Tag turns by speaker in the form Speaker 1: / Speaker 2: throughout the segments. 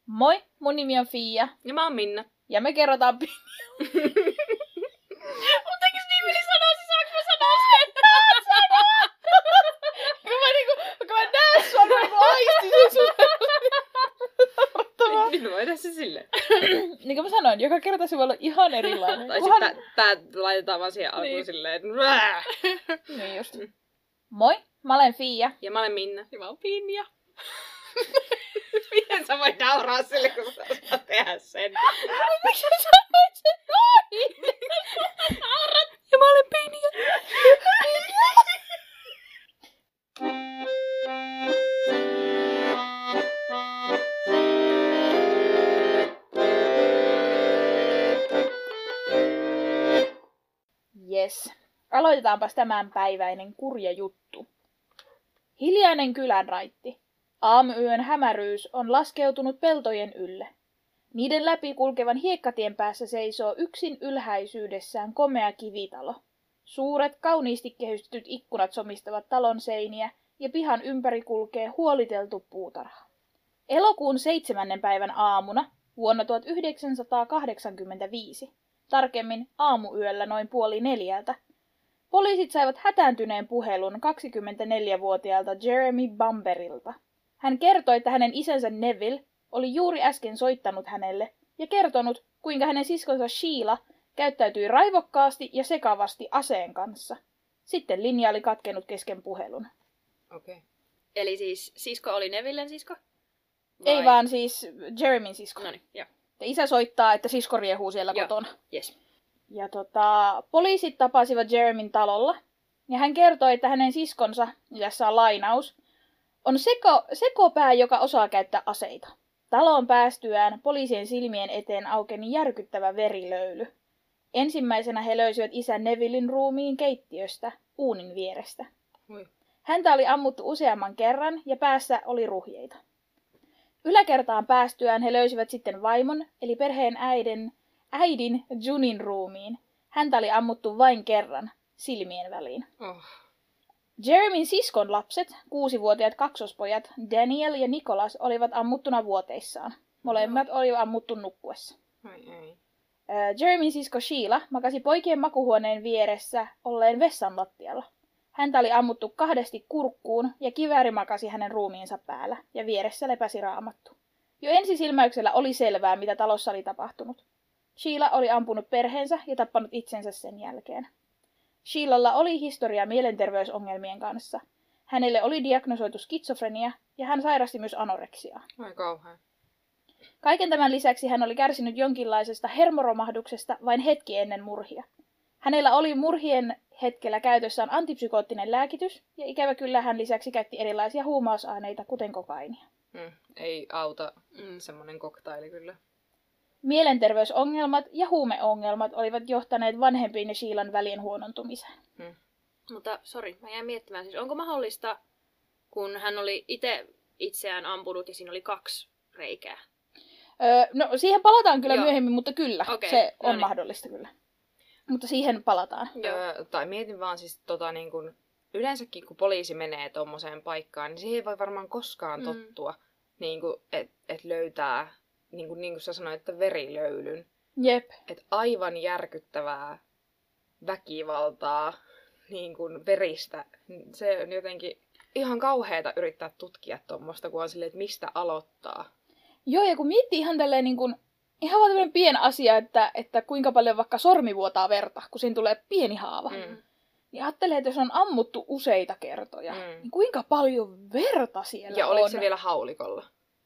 Speaker 1: Moi, mun nimi on Fia.
Speaker 2: Ja mä oon Minna.
Speaker 1: Ja me kerrotaan Pinja. Mut eiks niin meni sanoa, saanko mä sanoa sen? Kun mä näen sua, mä aistin sen sun.
Speaker 2: Nyt voi tehdä se silleen.
Speaker 1: Niin kuin mä sanoin, joka kerta se voi olla ihan erilainen.
Speaker 2: Tai sitten tää laitetaan vaan siihen alkuun silleen,
Speaker 1: Niin just. Moi, mä olen Fia.
Speaker 2: Ja mä olen Minna.
Speaker 3: Ja mä oon Pinja.
Speaker 2: Miten sä voit nauraa sille, kun sä osaat tehdä sen?
Speaker 1: Miksi sä sanoit sen noin? Ja mä olen Pinja. Yes. Aloitetaanpas tämänpäiväinen kurja juttu. Hiljainen kylänraitti. Aamuyön hämäryys on laskeutunut peltojen ylle. Niiden läpi kulkevan hiekkatien päässä seisoo yksin ylhäisyydessään komea kivitalo. Suuret, kauniisti kehystetyt ikkunat somistavat talon seiniä ja pihan ympäri kulkee huoliteltu puutarha. Elokuun 7. päivän aamuna vuonna 1985, tarkemmin aamuyöllä noin 3:30, poliisit saivat hätääntyneen puhelun 24-vuotiaalta Jeremy Bamberilta. Hän kertoi, että hänen isänsä Neville oli juuri äsken soittanut hänelle ja kertonut, kuinka hänen siskonsa Sheila käyttäytyi raivokkaasti ja sekavasti aseen kanssa. Sitten linja oli katkenut kesken puhelun.
Speaker 2: Okei. Okay.
Speaker 3: Eli siis sisko oli Nevillen sisko?
Speaker 1: Vai? Ei vaan siis Jeremyn sisko.
Speaker 3: Noniin, joo.
Speaker 1: Ja isä soittaa, että sisko riehuu siellä
Speaker 3: Joo.
Speaker 1: kotona.
Speaker 3: Yes.
Speaker 1: Ja poliisit tapasivat Jeremyn talolla. Ja hän kertoi, että hänen siskonsa, tässä on lainaus, on sekopää, joka osaa käyttää aseita. Taloon päästyään poliisien silmien eteen aukeni järkyttävä verilöyly. Ensimmäisenä he löysivät isän Nevillin ruumiin keittiöstä, uunin vierestä.
Speaker 2: Oi.
Speaker 1: Häntä oli ammuttu useamman kerran ja päässä oli ruhjeita. Yläkertaan päästyään he löysivät sitten vaimon, eli perheen äidin Junin ruumiin. Häntä oli ammuttu vain kerran, silmien väliin.
Speaker 2: Oh.
Speaker 1: Jeremyn siskon lapset, 6-vuotiaat kaksospojat Daniel ja Nicholas, olivat ammuttuna vuoteissaan. Molemmat oli ammuttu nukkuessa.
Speaker 2: Ei.
Speaker 1: Jeremyn sisko Sheila makasi poikien makuhuoneen vieressä olleen vessan lattialla. Häntä oli ammuttu 2 kurkkuun ja kivääri makasi hänen ruumiinsa päällä ja vieressä lepäsi raamattu. Jo ensisilmäyksellä oli selvää, mitä talossa oli tapahtunut. Sheila oli ampunut perheensä ja tappanut itsensä sen jälkeen. Sheilalla oli historia mielenterveysongelmien kanssa. Hänelle oli diagnosoitu skitsofrenia ja hän sairasti myös anoreksiaa.
Speaker 2: Ai kauhean.
Speaker 1: Kaiken tämän lisäksi hän oli kärsinyt jonkinlaisesta hermoromahduksesta vain hetki ennen murhia. Hänellä oli murhien hetkellä käytössään antipsykoottinen lääkitys ja ikävä kyllä hän lisäksi käytti erilaisia huumausaineita, kuten kokainia.
Speaker 2: Ei auta semmonen koktaili kyllä.
Speaker 1: Mielenterveysongelmat ja huumeongelmat olivat johtaneet vanhempien ja Sheilan välien huonontumiseen.
Speaker 3: Mutta mä jäin miettimään, siis onko mahdollista, kun hän oli itseään ampunut ja siinä oli 2 reikää?
Speaker 1: No siihen palataan kyllä
Speaker 3: Joo.
Speaker 1: myöhemmin, mutta kyllä,
Speaker 3: Okei,
Speaker 1: se on
Speaker 3: noniin.
Speaker 1: mahdollista kyllä. Mutta siihen palataan.
Speaker 2: Tai mietin vaan siis niin kun, yleensäkin kun poliisi menee tommoseen paikkaan, niin siihen ei voi varmaan koskaan tottua, niin että löytää, niin kuin sä sanoit, että verilöylyn.
Speaker 1: Jep.
Speaker 2: Että aivan järkyttävää väkivaltaa, niin kuin veristä. Se on jotenkin ihan kauheata yrittää tutkia tommosta, kun on silleen, että mistä aloittaa.
Speaker 1: Joo, ja kun miettii ihan tälleen niin kuin, ihan vaan tämmöinen pieni asia, että kuinka paljon vaikka sormi vuotaa verta, kun siinä tulee pieni haava. Niin ajattelee, että jos on ammuttu useita kertoja, niin kuinka paljon verta siellä
Speaker 2: ja
Speaker 1: on.
Speaker 2: oliko se vielä haulikolla?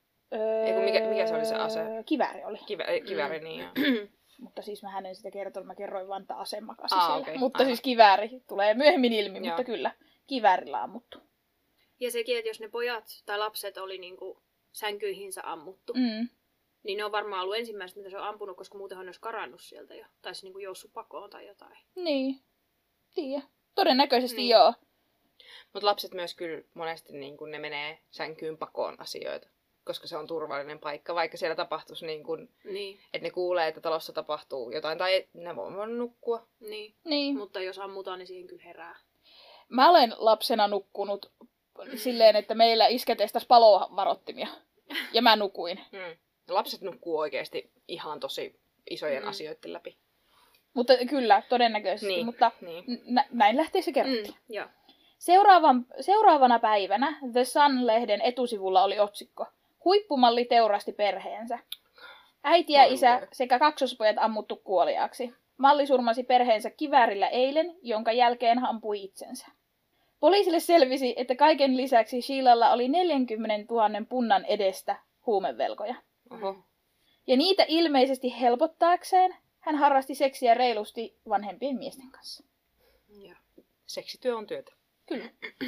Speaker 2: Mikä se oli se ase?
Speaker 1: Kivääri oli.
Speaker 2: Kivääri, niin joo.
Speaker 1: Mutta siis mä en sitä kertonut, mä kerroin vaan, että ase makasi siellä.
Speaker 2: Okay.
Speaker 1: Mutta
Speaker 2: Aivan.
Speaker 1: siis kivääri tulee myöhemmin ilmi,
Speaker 2: Joo.
Speaker 1: mutta kyllä, kiväärillä ammuttu.
Speaker 3: Ja sekin, että jos ne pojat tai lapset oli niinku sänkyihinsä ammuttu, niin ne on varmaan ollut ensimmäiset, mitä se on ampunut, koska muutenhan ne olisi karannut sieltä jo. Tai se niinku joussut pakoon tai jotain.
Speaker 1: Niin, tiedä. Todennäköisesti
Speaker 3: Niin.
Speaker 1: joo.
Speaker 2: Mutta lapset myös kyllä monesti niin kun ne menee sänkyyn pakoon asioita, koska se on turvallinen paikka, vaikka siellä tapahtuisi
Speaker 3: Niin.
Speaker 2: että ne kuulee, että talossa tapahtuu jotain, tai ne voi nukkua.
Speaker 1: Niin.
Speaker 3: Mutta jos ammutaan, niin siihen kyllä herää.
Speaker 1: Mä olen lapsena nukkunut silleen, että meillä iskä testasi palovarottimia. Ja mä nukuin.
Speaker 2: lapset nukkuu oikeasti ihan tosi isojen asioiden läpi.
Speaker 1: Mutta kyllä, todennäköisesti,
Speaker 2: Niin,
Speaker 1: mutta
Speaker 2: niin.
Speaker 1: Näin lähteessä kerrottiin.
Speaker 3: Joo.
Speaker 1: Seuraavana päivänä The Sun-lehden etusivulla oli otsikko: Huippumalli teurasti perheensä. Äiti ja isä sekä kaksospojat ammuttu kuoliaaksi. Malli surmasi perheensä kiväärillä eilen, jonka jälkeen ampui itsensä. Poliisille selvisi, että kaiken lisäksi Sheilalla oli 40 000 punnan edestä huumevelkoja.
Speaker 2: Oho.
Speaker 1: Ja niitä ilmeisesti helpottaakseen hän harrasti seksiä reilusti vanhempien miesten kanssa.
Speaker 3: Joo.
Speaker 2: Seksityö on työtä.
Speaker 1: Kyllä.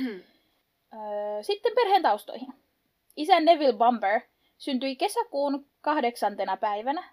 Speaker 1: Sitten perheen taustoihin. Isä Neville Bumper syntyi kesäkuun 8. päivänä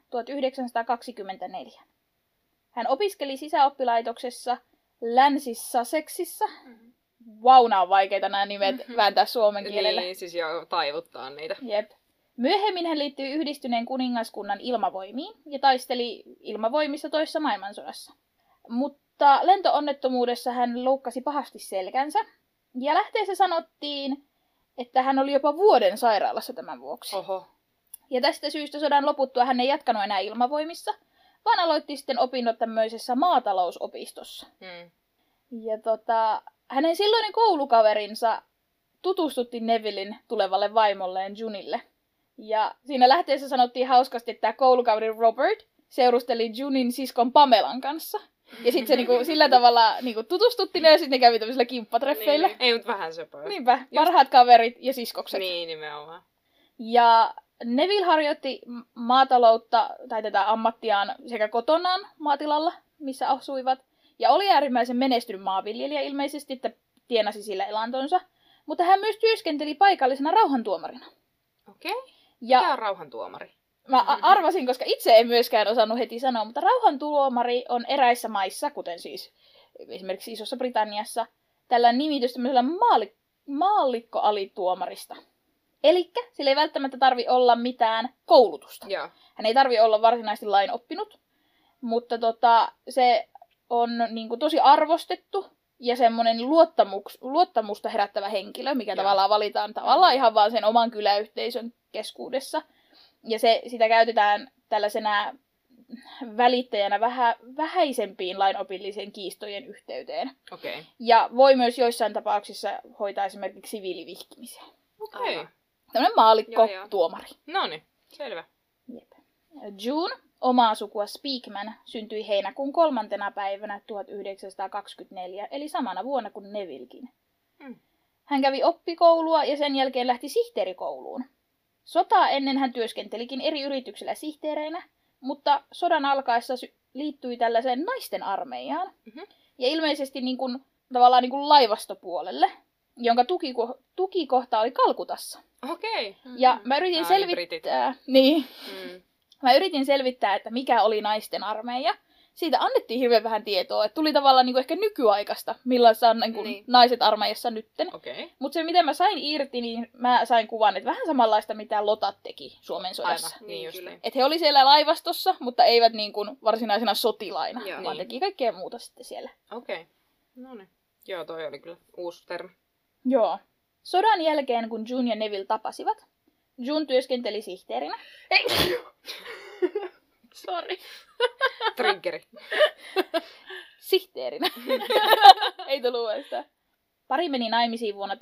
Speaker 1: 1924. Hän opiskeli sisäoppilaitoksessa Länsi-Sussexissa. Nämä on vaikeita nämä nimet vääntää suomen kielellä.
Speaker 2: Niin, siis jo taivuttaa niitä.
Speaker 1: Jep. Myöhemmin hän liittyi Yhdistyneen kuningaskunnan ilmavoimiin ja taisteli ilmavoimissa toisessa maailmansodassa. Mutta lentoonnettomuudessa hän loukkasi pahasti selkänsä. Ja lähteessä sanottiin, että hän oli jopa vuoden sairaalassa tämän vuoksi.
Speaker 2: Oho.
Speaker 1: Ja tästä syystä sodan loputtua hän ei jatkanut enää ilmavoimissa, vaan aloitti sitten opinnot tämmöisessä maatalousopistossa. Ja hänen silloinen koulukaverinsa tutustutti Nevillin tulevalle vaimolleen Junille. Ja siinä lähteessä sanottiin hauskasti, että tämä koulukaveri Robert seurusteli Junin siskon Pamelan kanssa. Ja sitten se niinku, sillä tavalla niinku, tutustutti ne ja sitten ne kävi tämmöisillä kimppatreffeillä.
Speaker 2: Niin. Ei, mutta vähän söpöä.
Speaker 1: Niinpä, parhaat kaverit ja siskokset.
Speaker 2: Niin, nimenomaan.
Speaker 1: Ja Neville harjoitti maataloutta tai tätä ammattiaan sekä kotonaan maatilalla, missä asuivat. Ja oli äärimmäisen menestynyt maanviljelijä ilmeisesti, että tienasi sillä elantonsa. Mutta hän myös työskenteli paikallisena rauhantuomarina.
Speaker 2: Okei.
Speaker 1: Ja
Speaker 2: Mikä on rauhantuomari?
Speaker 1: mä arvasin, koska itse en myöskään osannut heti sanoa, mutta rauhantuomari on eräissä maissa, kuten siis esimerkiksi Isossa Britanniassa, tällä nimitys tämmöisellä maallikkoalituomarista. Elikkä sillä ei välttämättä tarvi olla mitään koulutusta.
Speaker 2: Joo.
Speaker 1: Hän ei tarvi olla varsinaisesti lain oppinut, mutta se on niinku tosi arvostettu ja semmoinen luottamusta herättävä henkilö, mikä tavallaan valitaan tavallaan ihan vaan sen oman kyläyhteisön keskuudessa. Ja sitä käytetään tällaisena välittäjänä vähäisempiin lainopillisen kiistojen yhteyteen.
Speaker 2: Okei.
Speaker 1: Ja voi myös joissain tapauksissa hoitaa esimerkiksi siviilivihkimiseen.
Speaker 2: Okei.
Speaker 1: Tämmöinen maallikko,
Speaker 3: Joo.
Speaker 1: tuomari.
Speaker 2: Noniin, selvä.
Speaker 1: Jep. June, omaa sukua Speakman, syntyi heinäkuun 3. päivänä 1924, eli samana vuonna kuin Nevillekin. Hän kävi oppikoulua ja sen jälkeen lähti sihteerikouluun. Sotaa ennen hän työskentelikin eri yrityksillä sihteereinä, mutta sodan alkaessa liittyi tällaiseen naisten armeijaan. Ja ilmeisesti tavallaan laivastopuolelle, jonka tukikohta oli Kalkutassa.
Speaker 2: Okei.
Speaker 1: Ja mä yritin selvittää, mä yritin selvittää, että mikä oli naisten armeija. Siitä annettiin hirveän vähän tietoa, että tuli tavallaan ehkä nykyaikaista, millaista on naiset armeijassa nytten.
Speaker 2: Okei.
Speaker 1: Mutta se, mitä mä sain irti, niin mä sain kuvan, että vähän samanlaista, mitä Lotat teki Suomen sodassa.
Speaker 2: Aivan, niin just niin.
Speaker 1: Että he oli siellä laivastossa, mutta eivät varsinaisena sotilaina,
Speaker 3: Joo.
Speaker 1: vaan teki kaikkea muuta sitten siellä.
Speaker 2: Okei. Noniin. Joo, toi oli kyllä uusi termi.
Speaker 1: Joo. Sodan jälkeen, kun June ja Neville tapasivat, June työskenteli sihteerinä.
Speaker 3: Sori.
Speaker 2: Triggeri.
Speaker 1: Sihteerinä. Ei tullut uudestaan. Pari meni naimisiin vuonna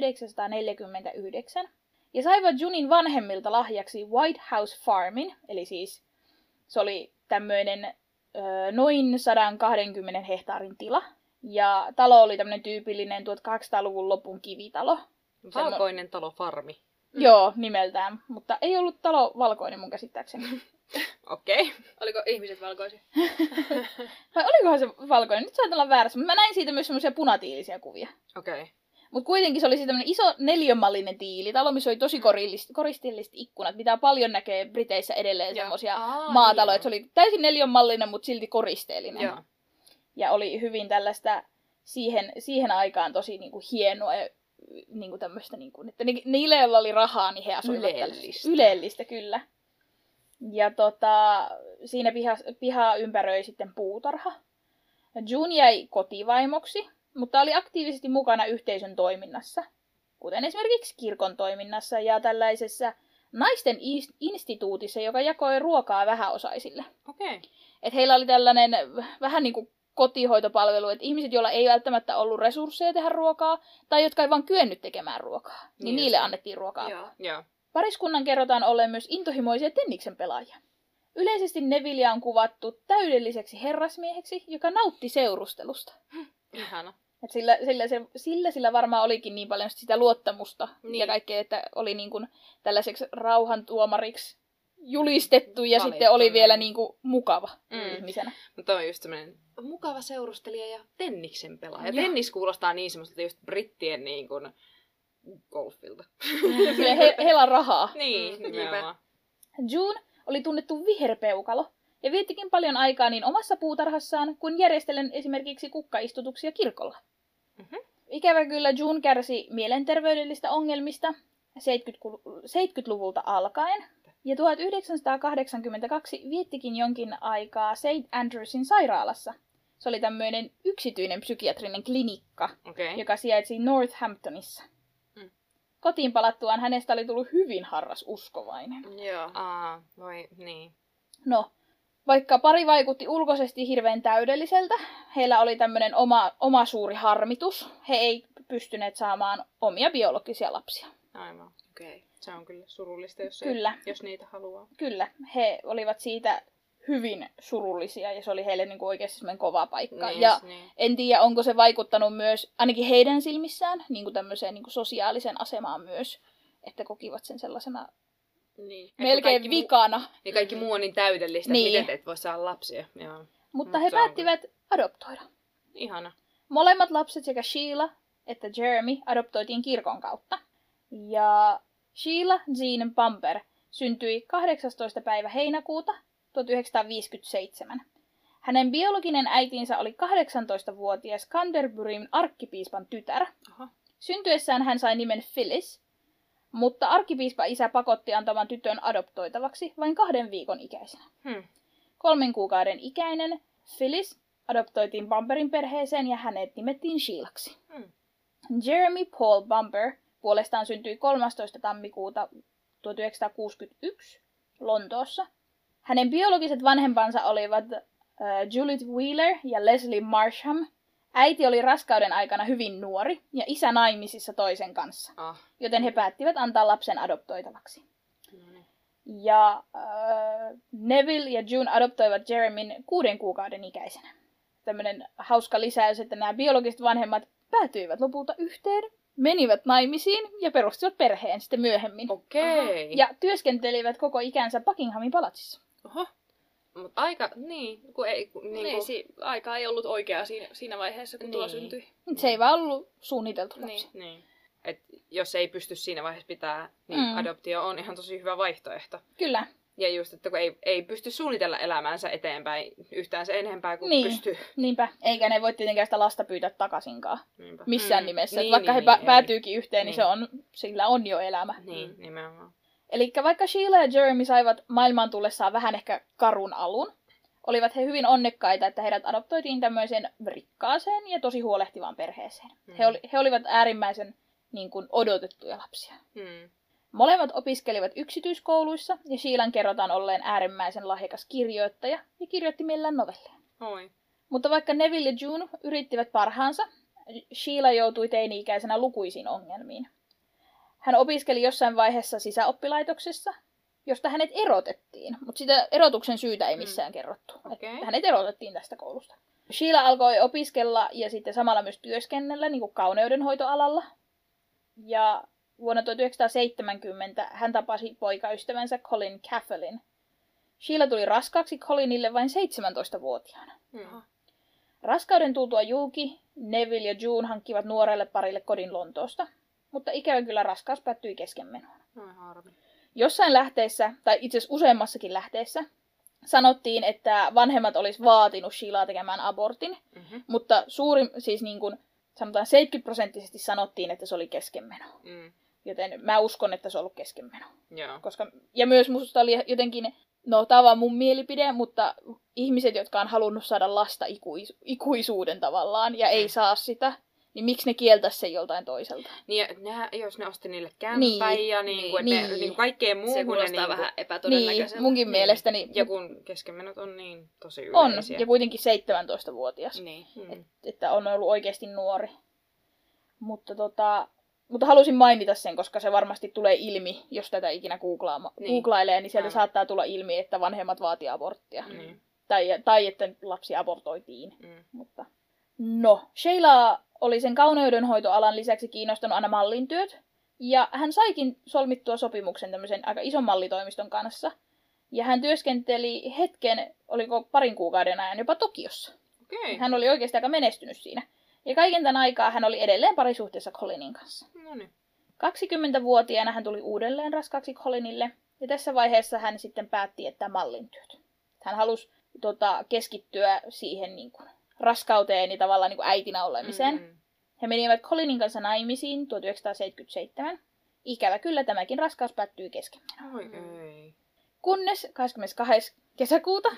Speaker 1: 1949 ja saivat Junin vanhemmilta lahjaksi White House Farmin, eli siis se oli tämmöinen noin 120 hehtaarin tila. Ja talo oli tämmöinen tyypillinen 1800-luvun lopun kivitalo.
Speaker 2: Valkoinen talo farmi.
Speaker 1: Joo, nimeltään, mutta ei ollut talo valkoinen mun käsittääkseni.
Speaker 2: Okei.
Speaker 3: Oliko ihmiset valkoisia?
Speaker 1: Vai olikohan se valkoinen? Nyt saat olla väärässä, mutta mä näin siitä myös semmoisia punatiilisiä kuvia.
Speaker 2: Okei.
Speaker 1: Mutta kuitenkin se oli siis tämmöinen iso neliönmallinen tiilitalo, missä oli tosi koristeelliset ikkunat, mitä paljon näkee Briteissä edelleen semmoisia maataloja. Se oli täysin neliönmallinen, mutta silti koristeellinen.
Speaker 2: Joo.
Speaker 1: Ja oli hyvin tällaista siihen aikaan tosi hienoa ja tämmöistä, että niille, joilla oli rahaa, niin he asuivat ylellistä, kyllä. Ja siinä pihaa ympäröi sitten puutarha. June jäi kotivaimoksi, mutta oli aktiivisesti mukana yhteisön toiminnassa, kuten esimerkiksi kirkon toiminnassa ja tällaisessa naisten instituutissa, joka jakoi ruokaa vähäosaisille.
Speaker 2: Okei.
Speaker 1: Et heillä oli tällainen vähän niin kuin kotihoitopalvelu, että ihmiset, joilla ei välttämättä ollut resursseja tehdä ruokaa, tai jotka ei vaan kyennyt tekemään ruokaa, niin niille annettiin ruokaa.
Speaker 2: Joo.
Speaker 1: Pariskunnan kerrotaan olleen myös intohimoisia tenniksen pelaajia. Yleisesti Nevilleä on kuvattu täydelliseksi herrasmieheksi, joka nautti seurustelusta.
Speaker 2: Ihana.
Speaker 1: Et sillä varmaan olikin niin paljon sitä luottamusta ja kaikkea, että oli niin kuin tällaiseksi rauhantuomariksi julistettu ja sitten oli vielä niin kuin mukava ihmisenä.
Speaker 2: Mutta on just semmoinen mukava seurustelija ja tenniksen pelaaja. Tennis kuulostaa niin semmoista just brittien niin kuin golfilta.
Speaker 1: Heillä on rahaa.
Speaker 2: Niin, nimenomaan.
Speaker 1: June oli tunnettu viherpeukalo ja viettikin paljon aikaa niin omassa puutarhassaan kuin järjestellen esimerkiksi kukkaistutuksia kirkolla. Mm-hmm. Ikävä kyllä June kärsi mielenterveydellistä ongelmista 70-luvulta alkaen ja 1982 viettikin jonkin aikaa St. Andrewsin sairaalassa. Se oli tämmöinen yksityinen psykiatrinen klinikka, joka sijaitsi Northamptonissa. Kotiin palattuaan hänestä oli tullut hyvin harras uskovainen.
Speaker 2: Joo. Voi niin.
Speaker 1: No, vaikka pari vaikutti ulkoisesti hirveän täydelliseltä, heillä oli tämmöinen oma suuri harmitus. He ei pystyneet saamaan omia biologisia lapsia.
Speaker 2: Aivan, okei. Se on kyllä surullista, jos niitä haluaa.
Speaker 1: Kyllä, he olivat siitä hyvin surullisia ja se oli heille niin kuin oikeasti semmoinen kova paikka.
Speaker 2: Niin,
Speaker 1: ja
Speaker 2: niin.
Speaker 1: En tiedä, onko se vaikuttanut myös, ainakin heidän silmissään, niin kuin tämmöiseen niin kuin sosiaaliseen asemaan myös, että kokivat sen sellaisena melkein vikana.
Speaker 2: Ja kaikki muu on niin täydellistä, että miten et voi saada lapsia. Joo.
Speaker 1: Mutta he päättivät adoptoida.
Speaker 2: Ihana.
Speaker 1: Molemmat lapset, sekä Sheila että Jeremy, adoptoitiin kirkon kautta. Ja Sheila Jean Bumper syntyi 18. päivä heinäkuuta 1957. Hänen biologinen äitinsä oli 18-vuotias Canterburyn arkkipiispan tytär.
Speaker 2: Aha.
Speaker 1: Syntyessään hän sai nimen Phyllis, mutta arkkipiispa-isä pakotti antamaan tytön adoptoitavaksi vain 2 viikon ikäisenä. 3 kuukauden ikäinen Phyllis adoptoitiin Bumperin perheeseen ja hänet nimettiin Sheilaksi. Jeremy Paul Bumper puolestaan syntyi 13. tammikuuta 1961 Lontoossa. Hänen biologiset vanhempansa olivat Juliet Wheeler ja Leslie Marsham. Äiti oli raskauden aikana hyvin nuori ja isä naimisissa toisen kanssa, joten he päättivät antaa lapsen adoptoitavaksi. Ja Neville ja June adoptoivat Jeremyn 6 kuukauden ikäisenä. Tämmöinen hauska lisäys, että nämä biologiset vanhemmat päätyivät lopulta yhteen, menivät naimisiin ja perustivat perheen sitten myöhemmin.
Speaker 2: Okei.
Speaker 1: Ja työskentelivät koko ikänsä Buckinghamin palatsissa.
Speaker 2: Oho. Mutta aika,
Speaker 3: aika ei ollut oikea siinä vaiheessa, kun tuo syntyi.
Speaker 1: Se ei vaan ollut suunniteltu lapsi.
Speaker 2: Niin. Et jos ei pysty siinä vaiheessa pitää, niin adoptio on ihan tosi hyvä vaihtoehto.
Speaker 1: Kyllä.
Speaker 2: Ja just, että kun ei pysty suunnitella elämäänsä eteenpäin yhtään se enempää kuin pystyy.
Speaker 1: Niinpä. Eikä ne voi tietenkään sitä lasta pyytää takaisinkaan.
Speaker 2: Niinpä.
Speaker 1: Missään nimessä. Vaikka he päätyykin yhteen, niin sillä on jo elämä.
Speaker 2: Niin, nimenomaan.
Speaker 1: Eli vaikka Sheila ja Jeremy saivat maailmaan tullessaan vähän ehkä karun alun, olivat he hyvin onnekkaita, että heidät adoptoitiin tämmöiseen rikkaaseen ja tosi huolehtivaan perheeseen. He olivat äärimmäisen niin kuin, odotettuja lapsia. Molemmat opiskelivat yksityiskouluissa ja Sheilan kerrotaan olleen äärimmäisen lahjakas kirjoittaja ja kirjoitti mielellään novelleja. Mutta vaikka Neville ja June yrittivät parhaansa, Sheila joutui teini-ikäisenä lukuisiin ongelmiin. Hän opiskeli jossain vaiheessa sisäoppilaitoksessa, josta hänet erotettiin, mutta sitä erotuksen syytä ei missään kerrottu. Hänet erotettiin tästä koulusta. Sheila alkoi opiskella ja sitten samalla myös työskennellä niin kuin kauneudenhoitoalalla. Ja vuonna 1970 hän tapasi poikaystävänsä Colin Caffellin. Sheila tuli raskaaksi Colinille vain 17-vuotiaana. Raskauden tultua julki, Neville ja June hankkivat nuorelle parille kodin Lontoosta, mutta ikävä kyllä raskaus päättyi keskenmenoon. Jossain lähteessä, tai itse asiassa useammassakin lähteessä, sanottiin, että vanhemmat olisi vaatinut Sheilaa tekemään abortin, mutta siis niin kuin sanotaan 70% sanottiin, että se oli keskenmeno. Joten mä uskon, että se on ollut keskenmeno. Ja myös musta oli jotenkin, tämä on vaan mun mielipide, mutta ihmiset, jotka on halunnut saada lasta ikuisuuden tavallaan ja ei saa sitä, niin miksi ne kieltäisi sen joltain toiselta?
Speaker 2: Niin, jos ne osti niille kämpän ja kaikkeen muuhun.
Speaker 3: Se kuulostaa vähän epätodennäköiseltä.
Speaker 1: Munkin mielestäni.
Speaker 2: Ja kun keskenmenot on niin tosi
Speaker 1: On,
Speaker 2: yleisiä.
Speaker 1: ja kuitenkin 17-vuotias.
Speaker 3: Niin.
Speaker 1: Että on ollut oikeasti nuori. Mutta halusin mainita sen, koska se varmasti tulee ilmi, jos tätä ikinä googlailee, niin sieltä saattaa tulla ilmi, että vanhemmat vaatii aborttia. Tai että lapsi abortoitiin. Mutta. No, Sheila oli sen kauneudenhoitoalan lisäksi kiinnostunut aina mallintyöt. Ja hän saikin solmittua sopimuksen tämmöisen aika ison mallitoimiston kanssa. Ja hän työskenteli oliko parin kuukauden ajan jopa Tokiossa.
Speaker 2: Okay.
Speaker 1: Hän oli oikeasti aika menestynyt siinä. Ja kaiken tämän aikaa hän oli edelleen parisuhteessa Colinin kanssa.
Speaker 2: Noniin.
Speaker 1: 20-vuotiaana hän tuli uudelleen raskaaksi Colinille. Ja tässä vaiheessa hän sitten päätti, että mallintyöt. Hän halusi keskittyä siihen niin kuin raskauteen ja tavallaan niin kuin äitinä olemiseen. He menivät Colinin kanssa naimisiin 1977. Ikävä kyllä tämäkin raskaus päättyi kesken. Kunnes 22. kesäkuuta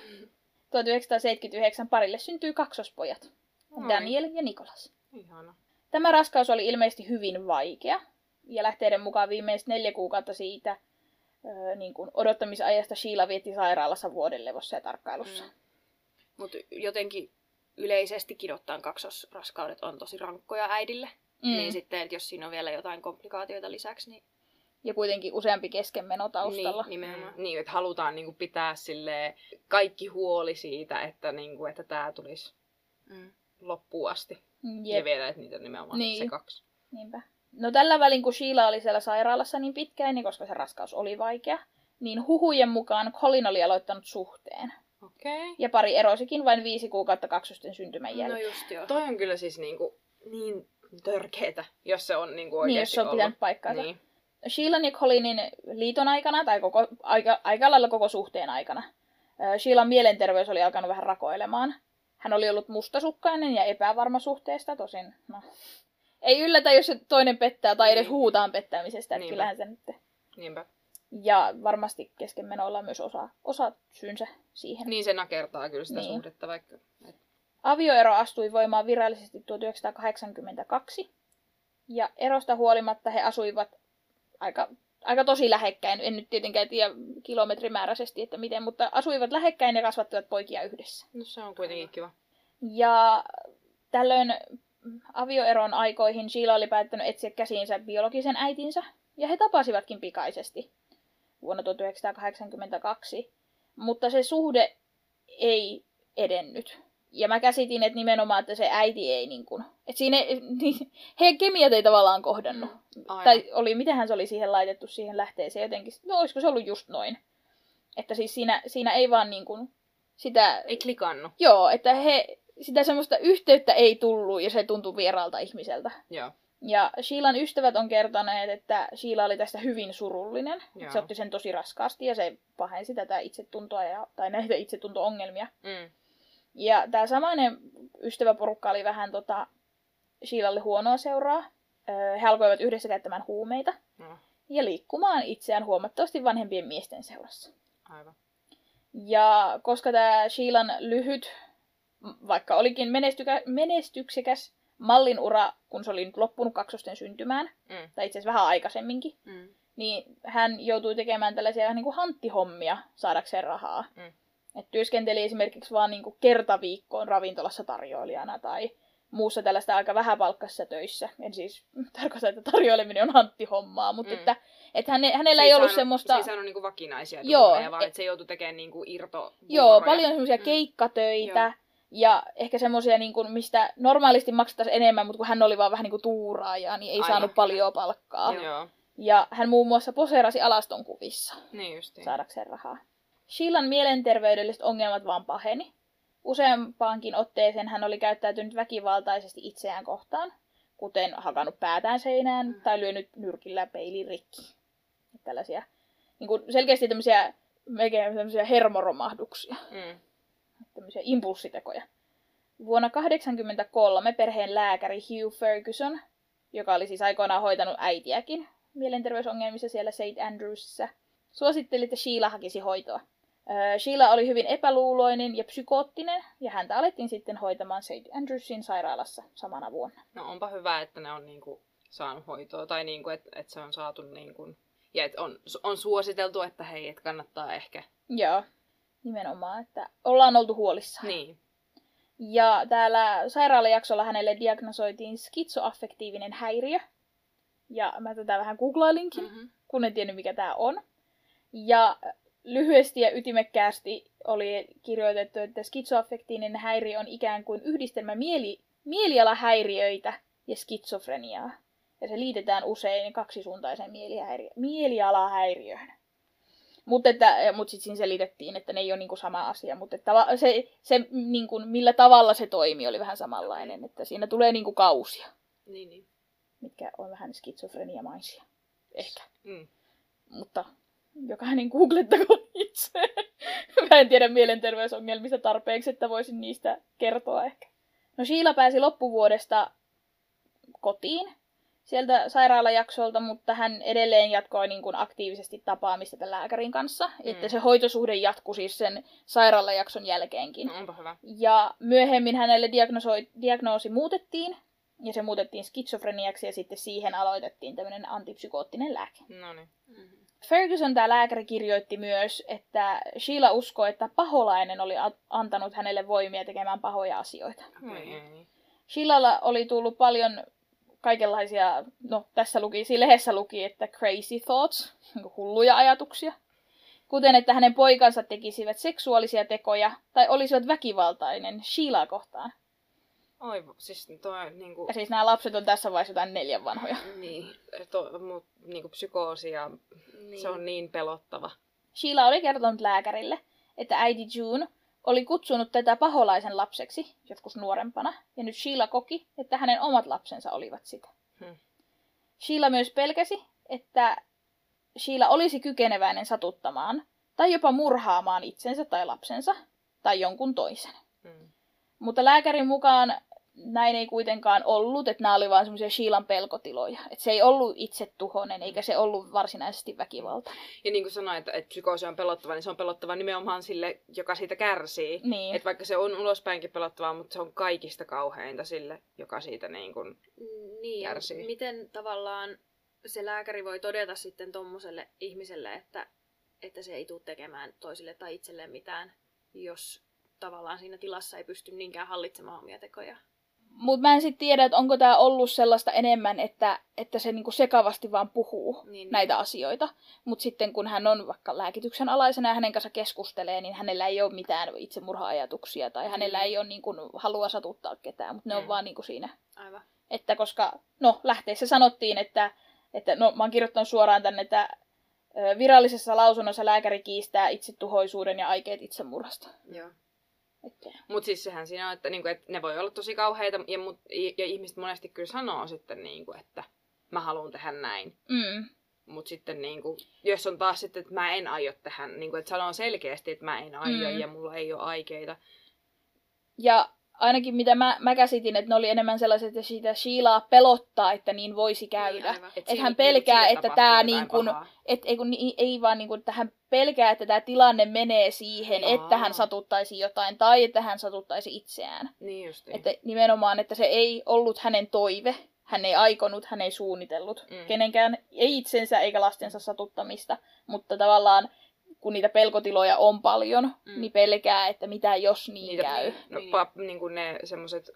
Speaker 1: 1979 parille syntyi kaksospojat. Daniel ja Nicholas.
Speaker 2: Ihana.
Speaker 1: Tämä raskaus oli ilmeisesti hyvin vaikea. Ja lähteiden mukaan viimeiset 4 kuukautta siitä niin kuin odottamisajasta Sheila vietti sairaalassa vuodenlevossa ja tarkkailussa.
Speaker 3: Mutta jotenkin yleisestikin ottaen kaksosraskaudet on tosi rankkoja äidille. Niin sitten, että jos siinä on vielä jotain komplikaatioita lisäksi, niin...
Speaker 1: Ja kuitenkin useampi keskenmeno taustalla.
Speaker 3: Niin, nimenomaan.
Speaker 2: Niin, että halutaan niinku pitää kaikki huoli siitä, että tämä tulisi loppuun asti. Ja vielä, että niitä nimenomaan se 2.
Speaker 1: Niinpä. No tällä välin, kun Sheila oli siellä sairaalassa niin pitkään, niin koska se raskaus oli vaikea, niin huhujen mukaan Colin oli aloittanut suhteen.
Speaker 2: Okay.
Speaker 1: Ja pari erosikin vain 5 kuukautta kaksosten syntymän jälkeen.
Speaker 3: No just joo.
Speaker 2: Toi on kyllä siis niin törkeetä, jos se on oikeasti
Speaker 1: niin, jos se on pitänyt paikkaansa.
Speaker 2: Niin.
Speaker 1: Sheilan ja Colinin liiton aikana, tai aika lailla koko suhteen aikana, Sheilan mielenterveys oli alkanut vähän rakoilemaan. Hän oli ollut mustasukkainen ja epävarma suhteesta, tosin ei yllätä, jos se toinen pettää tai edes huutaan pettämisestä, että kyllähän se nyt...
Speaker 2: Niinpä.
Speaker 1: Ja varmasti keskenmenoilla on myös osa syynsä siihen.
Speaker 2: Niin se nakertaa kyllä sitä suhdetta vaikka.
Speaker 1: Avioero astui voimaan virallisesti 1982. Ja erosta huolimatta he asuivat aika tosi lähekkäin. En nyt tietenkään tiedä kilometrimääräisesti, että miten, mutta asuivat lähekkäin ja kasvattivat poikia yhdessä.
Speaker 2: No se on kuitenkin kiva.
Speaker 1: Ja tällöin avioeron aikoihin Sheila oli päättänyt etsiä käsiinsä biologisen äitinsä. Ja he tapasivatkin pikaisesti vuonna 1982. Mutta se suhde ei edennyt. Ja mä käsitin, että nimenomaan, että se äiti ei että siinä heidän kemiat ei tavallaan kohdannut. Tai mitähän se oli siihen laitettu siihen lähteeseen jotenkin. No olisiko se ollut just noin. Että siis siinä ei vaan sitä...
Speaker 2: Ei klikannut.
Speaker 1: Joo, että sitä semmoista yhteyttä ei tullut ja se tuntui vieraalta ihmiseltä.
Speaker 2: Joo.
Speaker 1: Ja Sheilan ystävät on kertoneet, että Sheila oli tästä hyvin surullinen. Se otti sen tosi raskaasti ja se pahensi tätä itsetuntoa tai näitä itsetunto-ongelmia. Ja tämä samainen ystäväporukka oli vähän Sheilalle huonoa seuraa. He alkoivat yhdessä käyttämään huumeita ja liikkumaan itseään huomattavasti vanhempien miesten seurassa.
Speaker 2: Aivan.
Speaker 1: Ja koska tämä Sheilan lyhyt, vaikka olikin menestyksekäs mallinura, kun se oli nyt loppunut kaksosten syntymään, tai itse asiassa vähän aikaisemminkin, niin hän joutui tekemään tällaisia hanttihommia saadakseen rahaa. Et työskenteli esimerkiksi vaan kertaviikkoon ravintolassa tarjoilijana tai muussa tällaista aika vähäpalkkaisissa töissä. En siis tarkoita, että tarjoileminen on hanttihommaa, mutta että hänellä ei ollut semmoista...
Speaker 2: Se ei saanut vakinaisia duuneja, vaan että se joutui tekemään irtovuoroja.
Speaker 1: Joo, paljon semmoisia keikkatöitä. Ja ehkä semmoisia, mistä normaalisti maksettaisiin enemmän, mutta kun hän oli vaan vähän tuuraaja, niin ei saanut paljon palkkaa.
Speaker 2: Joo.
Speaker 1: Ja hän muun muassa poseerasi alastonkuvissa saadakseen rahaa. Sheilan mielenterveydelliset ongelmat vaan paheni. Useampaankin otteeseen hän oli käyttäytynyt väkivaltaisesti itseään kohtaan, kuten hakannut päätään seinään tai lyönyt nyrkillä peilin rikki. Tällaisia selkeästi tämmöisiä hermoromahduksia. Tämmöisiä impulssitekoja. Vuonna 1983 perheen lääkäri Hugh Ferguson, joka oli siis aikoinaan hoitanut äitiäkin mielenterveysongelmissa siellä St. Andrewsissa, suositteli, että Sheila hakisi hoitoa. Sheila oli hyvin epäluuloinen ja psykoottinen, ja häntä alettiin sitten hoitamaan St. Andrewsin sairaalassa samana vuonna.
Speaker 2: No onpa hyvä, että ne on niinku saanut hoitoa, tai niinku, että se on saatu niinku, ja että on suositeltu, että hei, että kannattaa ehkä.
Speaker 1: Joo, nimenomaan, että ollaan oltu huolissaan.
Speaker 2: Niin.
Speaker 1: Ja täällä sairaalajaksolla hänelle diagnosoitiin skitsoaffektiivinen häiriö. Ja mä tätä vähän googlailinkin, kun en tiennyt mikä tää on. Ja lyhyesti ja ytimekkäästi oli kirjoitettu, että skitsoaffektiivinen häiriö on ikään kuin yhdistelmä mielialahäiriöitä ja skitsofreniaa. Ja se liitetään usein kaksisuuntaiseen mielialahäiriöön. Mutta sitten siinä selitettiin, että ne ei ole niinku sama asia, mutta se niinku, millä tavalla se toimi oli vähän samanlainen, että siinä tulee niinku kausia,
Speaker 3: Niin.
Speaker 1: mitkä on vähän skitsofreniamaisia, ehkä.
Speaker 2: Mm.
Speaker 1: Mutta jokainen googlettakoon itse. Mä en tiedä mielenterveysongelmista tarpeeksi, että voisin niistä kertoa ehkä. No Sheila pääsi loppuvuodesta kotiin sieltä sairaalajaksolta, mutta hän edelleen jatkoi niin kuin aktiivisesti tapaamista tämän lääkärin kanssa. Että se hoitosuhde jatkui siis sen sairaalajakson jälkeenkin.
Speaker 2: Onpa hyvä.
Speaker 1: Ja myöhemmin hänelle diagnoosi muutettiin, ja se muutettiin skitsofreniaksi, ja sitten siihen aloitettiin tämmöinen antipsykoottinen lääke.
Speaker 2: Noniin.
Speaker 1: Ferguson, tämä lääkäri, kirjoitti myös, että Sheila uskoi, että paholainen oli antanut hänelle voimia tekemään pahoja asioita. Sheilalla oli tullut paljon kaikenlaisia, no tässä lehdessä luki, että crazy thoughts, hulluja ajatuksia. Kuten, että hänen poikansa tekisivät seksuaalisia tekoja tai olisivat väkivaltainen Sheilaa kohtaan.
Speaker 2: Oi, siis toi niinku...
Speaker 1: Ja siis nämä lapset on tässä vaiheessa jotain 4 vanhoja.
Speaker 2: Niin, niinku psykoosi ja se on niin pelottava.
Speaker 1: Sheila oli kertonut lääkärille, että äiti June oli kutsunut tätä paholaisen lapseksi joskus nuorempana, ja nyt Sheila koki, että hänen omat lapsensa olivat sitä. Sheila myös pelkäsi, että Sheila olisi kykeneväinen satuttamaan tai jopa murhaamaan itsensä tai lapsensa tai jonkun toisen. Mutta lääkärin mukaan näin ei kuitenkaan ollut, että nämä oli vain semmoisia Sheilan pelkotiloja. Että se ei ollut itsetuhoinen, eikä se ollut varsinaisesti väkivalta.
Speaker 2: Ja niin kuin sanoin, että psykoosi on pelottava, niin se on pelottava nimenomaan sille, joka siitä kärsii.
Speaker 1: Niin.
Speaker 2: Että vaikka se on ulospäinkin pelottavaa, mutta se on kaikista kauheinta sille, joka siitä niin kuin kärsii.
Speaker 3: Miten tavallaan se lääkäri voi todeta sitten tommoselle ihmiselle, että se ei tule tekemään toisille tai itselleen mitään, jos tavallaan siinä tilassa ei pysty niinkään hallitsemaan omia tekoja.
Speaker 1: Mutta mä en sitten tiedä, että onko tämä ollut sellaista enemmän, että se niinku sekavasti vaan puhuu näitä asioita. Mutta sitten kun hän on vaikka lääkityksen alaisena ja hänen kanssa keskustelee, niin hänellä ei ole mitään itsemurha-ajatuksia tai hänellä ei ole niinku halua satuttaa ketään, mutta ne on vaan niinku siinä.
Speaker 3: Aivan.
Speaker 1: Että koska, lähteessä sanottiin, että mä oon kirjoittanut suoraan tänne, että virallisessa lausunnossa lääkäri kiistää itsetuhoisuuden ja aikeet itsemurhasta.
Speaker 2: Joo. Mutta siis sehän siinä on, että, niinku, että ne voi olla tosi kauheita ja ihmiset monesti kyllä sanoo sitten, niinku, että mä haluan tehdä näin. Mutta sitten niinku, jos on taas sitten, että mä en aio tehdä, niinku, että sanoo selkeästi, että mä en aio ja mulla ei ole aikeita. Ja ainakin mitä mä käsitin, että ne oli enemmän sellaiset, että siitä Sheilaa pelottaa, että niin voisi käydä.
Speaker 3: Niin,
Speaker 1: että hän pelkää, että tämä ei vaan niinku, että hän pelkää, että tämä tilanne menee siihen, että hän satuttaisi jotain tai että hän satuttaisi itseään.
Speaker 2: Niin justiin.
Speaker 1: Että nimenomaan, että se ei ollut hänen toive. Hän ei aikonut, hän ei suunnitellut kenenkään, ei itsensä eikä lastensa satuttamista, mutta tavallaan kun niitä pelkotiloja on paljon, niin pelkää, että mitä jos niin käy.
Speaker 2: No, niin kuin ne semmoiset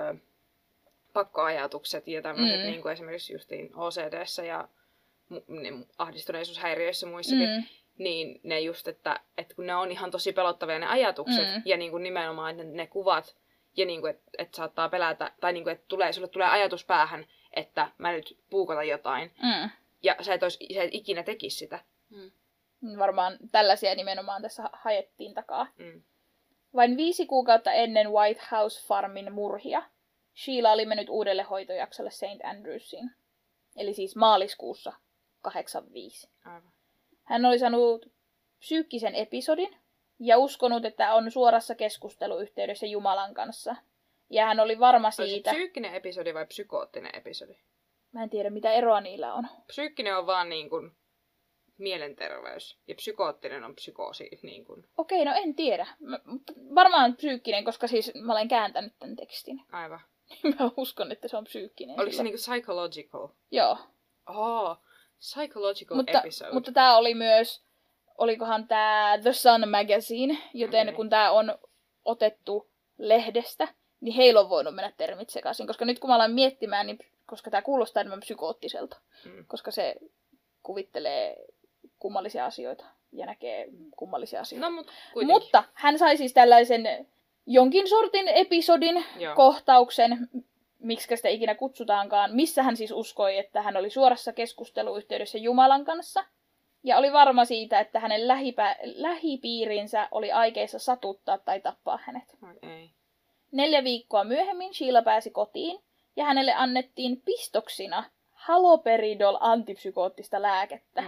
Speaker 2: pakkoajatukset ja tämmöiset, niin kuin esimerkiksi justiin OCD:ssä ja ahdistuneisuushäiriöissä muissakin, niin ne just, että kun ne on ihan tosi pelottavia ne ajatukset ja niin kuin nimenomaan ne kuvat, ja niin kuin, että saattaa pelätä, tai niin kuin, että sulle tulee ajatus päähän, että mä nyt puukotan jotain, ja sä et ikinä tekisi sitä.
Speaker 1: Varmaan tällaisia nimenomaan tässä haettiin takaa. Vain 5 kuukautta ennen White House Farmin murhia Sheila oli mennyt uudelle hoitojaksolle St. Andrewsiin. Eli siis maaliskuussa 1985.
Speaker 2: Aivan.
Speaker 1: Hän oli saanut psyykkisen episodin ja uskonut, että on suorassa keskusteluyhteydessä Jumalan kanssa. Ja hän oli varma siitä...
Speaker 2: Onko se psyykkinen episodi vai psykoottinen episodi?
Speaker 1: Mä en tiedä, mitä eroa niillä on.
Speaker 2: Psyykkinen on vaan niin kuin... mielenterveys ja psykoottinen on psykoosi. Niin kuin.
Speaker 1: Okei, no en tiedä. Mutta varmaan psyykkinen, koska siis mä olen kääntänyt tämän tekstin.
Speaker 2: Aivan.
Speaker 1: Mä uskon, että se on psyykkinen.
Speaker 2: Oliko se niinku psychological?
Speaker 1: Joo.
Speaker 2: Psychological episode.
Speaker 1: Mutta tää oli myös, olikohan tää The Sun Magazine, joten kun tää on otettu lehdestä, niin heillä on voinut mennä termit sekaisin. Koska nyt kun mä aloin miettimään, niin koska tää kuulostaa enemmän psykoottiselta. Koska se kuvittelee kummallisia asioita ja näkee kummallisia asioita.
Speaker 2: No,
Speaker 1: mutta hän sai siis tällaisen jonkin sortin episodin, kohtauksen, miksi sitä ikinä kutsutaankaan, missä hän siis uskoi, että hän oli suorassa keskusteluyhteydessä Jumalan kanssa. Ja oli varma siitä, että hänen lähipiirinsä oli aikeissa satuttaa tai tappaa hänet.
Speaker 2: Ei.
Speaker 1: 4 viikkoa myöhemmin Sheila pääsi kotiin ja hänelle annettiin pistoksina haloperidol antipsykoottista lääkettä.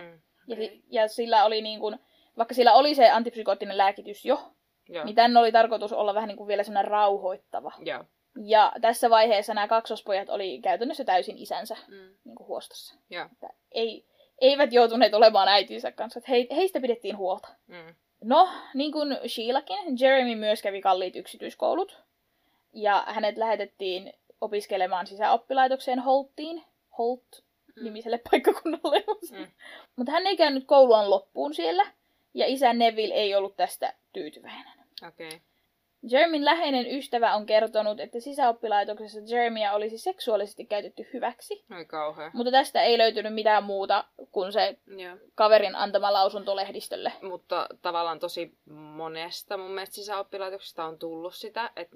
Speaker 1: Ja sillä oli niin kuin, vaikka sillä oli se antipsykoottinen lääkitys jo, niin tän oli tarkoitus olla vähän niin kuin vielä sellainen rauhoittava. Ja tässä vaiheessa nämä kaksospojat oli käytännössä täysin isänsä niin kuin huostossa. Että eivät joutuneet olemaan äitinsä kanssa. Että heistä pidettiin huolta. No, niin kuin Sheilakin, Jeremy myös kävi kalliit yksityiskoulut. Ja hänet lähetettiin opiskelemaan sisäoppilaitokseen Holtiin. Holt-nimiselle paikkakunnalle. Mutta hän ei käynyt kouluaan loppuun siellä. Ja isä Neville ei ollut tästä tyytyväinen. Jeremyn läheinen ystävä on kertonut, että sisäoppilaitoksessa Jeremyä olisi seksuaalisesti käytetty hyväksi.
Speaker 2: Ai kauhea.
Speaker 1: Mutta tästä ei löytynyt mitään muuta kuin se kaverin antama lausunto lehdistölle.
Speaker 2: Mutta tavallaan tosi monesta mun mielestä sisäoppilaitoksesta on tullut sitä, että,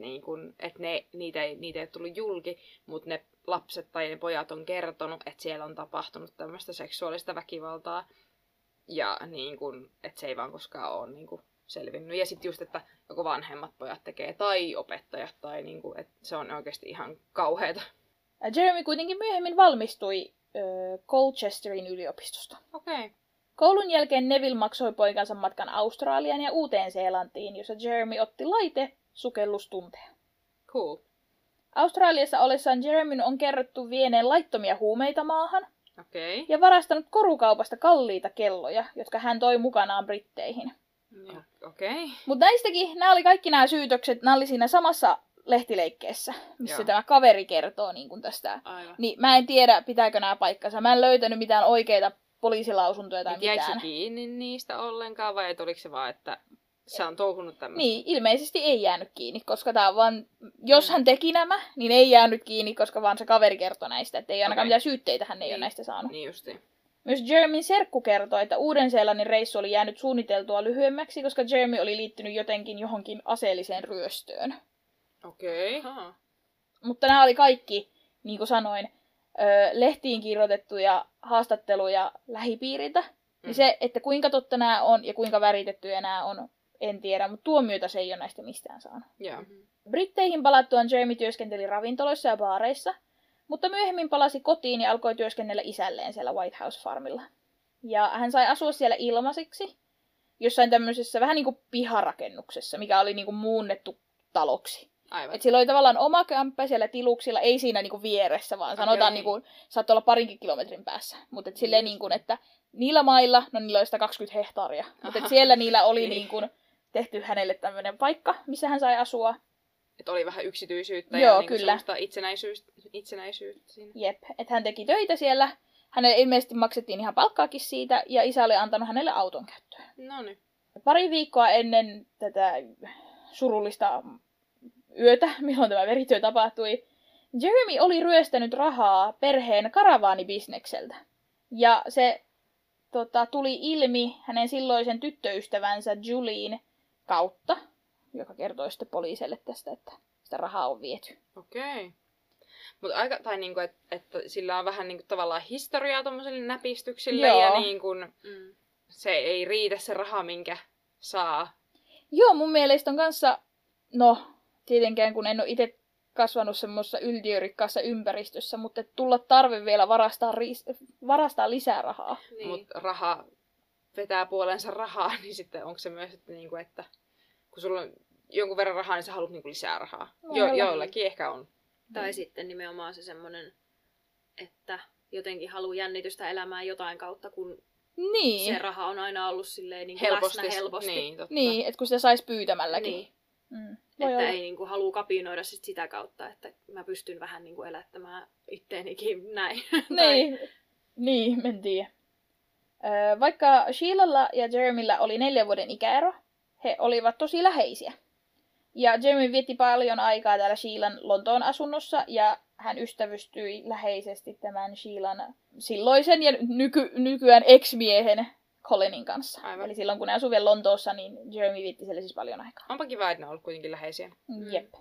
Speaker 2: niitä ei ole tullut julki, mutta ne lapset tai ne pojat on kertonut, että siellä on tapahtunut tämmöistä seksuaalista väkivaltaa. Ja että se ei vaan koskaan ole selvinnyt. Ja sitten just, että joko vanhemmat pojat tekee tai opettajat tai että se on oikeasti ihan kauheata.
Speaker 1: Jeremy kuitenkin myöhemmin valmistui Colchesterin yliopistosta. Koulun jälkeen Neville maksoi poikansa matkan Australiaan ja Uuteen-Seelantiin, jossa Jeremy otti sukellustunteja.
Speaker 2: Cool.
Speaker 1: Australiassa ollessaan Jeremyn on kerrottu vieneen laittomia huumeita maahan. Ja varastanut korukaupasta kalliita kelloja, jotka hän toi mukanaan Britteihin. Mutta näistäkin, nämä syytökset, nämä oli siinä samassa lehtileikkeessä, missä tämä kaveri kertoo tästä. Niin mä en tiedä, pitääkö nämä paikkansa. Mä en löytänyt mitään oikeita poliisilausuntoja tai mitään.
Speaker 2: Jäikö se kiinni niistä ollenkaan vai oliko se vaan, että se on touhunut tämmöistä?
Speaker 1: Niin, ilmeisesti ei jäänyt kiinni, koska tää vaan, jos hän teki nämä, niin ei jäänyt kiinni, koska vaan se kaveri kertoi näistä. Että ei ainakaan mitään syytteitä hän ei ole näistä saanut.
Speaker 2: Niin justiin.
Speaker 1: Myös Jeremyn serkku kertoi, että Uuden-Seelannin reissu oli jäänyt suunniteltua lyhyemmäksi, koska Jeremy oli liittynyt jotenkin johonkin aseelliseen ryöstöön. Mutta nämä oli kaikki, niin kuin sanoin, lehtiin kirjoitettuja haastatteluja lähipiiriltä. Niin se, että kuinka totta nämä on ja kuinka väritettyjä nämä on, en tiedä, mutta tuomioita se ei ole näistä mistään saanut. Britteihin palattuaan Jeremy työskenteli ravintoloissa ja baareissa, mutta myöhemmin palasi kotiin ja alkoi työskennellä isälleen siellä White House-farmilla. Ja hän sai asua siellä ilmaiseksi, jossain tämmöisessä vähän niin kuin piharakennuksessa, mikä oli niin kuin muunnettu taloksi. Et sillä oli tavallaan oma kämppä siellä tiluksilla, ei siinä niin kuin vieressä, vaan sanotaan, niin kuin, saattoi olla parinkin kilometrin päässä. Mutta silleen, niin kuin, että niillä mailla, no niillä oli 120 hehtaaria, mutta siellä niillä oli niin kuin, tehty hänelle tämmöinen paikka, missä hän sai asua.
Speaker 2: Että oli vähän yksityisyyttä ja niin semmoista itsenäisyyttä siinä.
Speaker 1: Jep, että hän teki töitä siellä. Hänelle ilmeisesti maksettiin ihan palkkaakin siitä ja isä oli antanut hänelle auton käyttöön.
Speaker 2: Noniin.
Speaker 1: Pari viikkoa ennen tätä surullista yötä, milloin tämä verityö tapahtui, Jeremy oli ryöstänyt rahaa perheen karavaanibisnekseltä. Ja se tuli ilmi hänen silloisen tyttöystävänsä Julien kautta, joka kertoi sitten poliisille tästä, että sitä rahaa on viety.
Speaker 2: Mutta aika, tai niinku, että sillä on vähän niinku tavallaan historiaa tommosille näpistyksille ja niinku, se ei riitä se raha, minkä saa.
Speaker 1: Joo, mun mielestä on kanssa, no tietenkään kun en ole itse kasvanut semmoisessa yltiörikkaassa ympäristössä, mutta tulla tarve vielä varastaa lisää rahaa.
Speaker 2: Niin. Mutta raha vetää puolensa rahaa, niin sitten onko se myös, että, niinku, että kun sulla on jonkun verran rahaa, niin sä haluat niinku lisää rahaa. Joillakin ehkä on.
Speaker 3: Tai sitten nimenomaan se semmoinen, että jotenkin haluaa jännitystä elämään jotain kautta, kun
Speaker 1: Niin.
Speaker 3: se raha on aina ollut silleen niin
Speaker 2: Helposti.
Speaker 3: läsnä helposti.
Speaker 2: Niin, totta.
Speaker 1: Niin, että kun sitä saisi pyytämälläkin.
Speaker 3: Niin.
Speaker 1: Voi
Speaker 3: Että
Speaker 1: olla.
Speaker 3: ei niin kuin halua kapinoida sit sitä kautta, että mä pystyn vähän niin kuin elättämään itteenikin näin.
Speaker 1: Niin, en tiedä. Vaikka Sheilalla ja Jeremyllä oli 4 vuoden ikäero, he olivat tosi läheisiä. Ja Jeremy vietti paljon aikaa täällä Sheilan Lontoon asunnossa ja hän ystävystyi läheisesti tämän Sheilan silloisen ja nykyään ex-miehen Colinin kanssa.
Speaker 2: Aivan.
Speaker 1: Eli silloin kun ne asui vielä Lontoossa, niin Jeremy vietti siellä siis paljon aikaa.
Speaker 2: Onpa kiva, että ne on ollut kuitenkin läheisiä.
Speaker 1: Jep.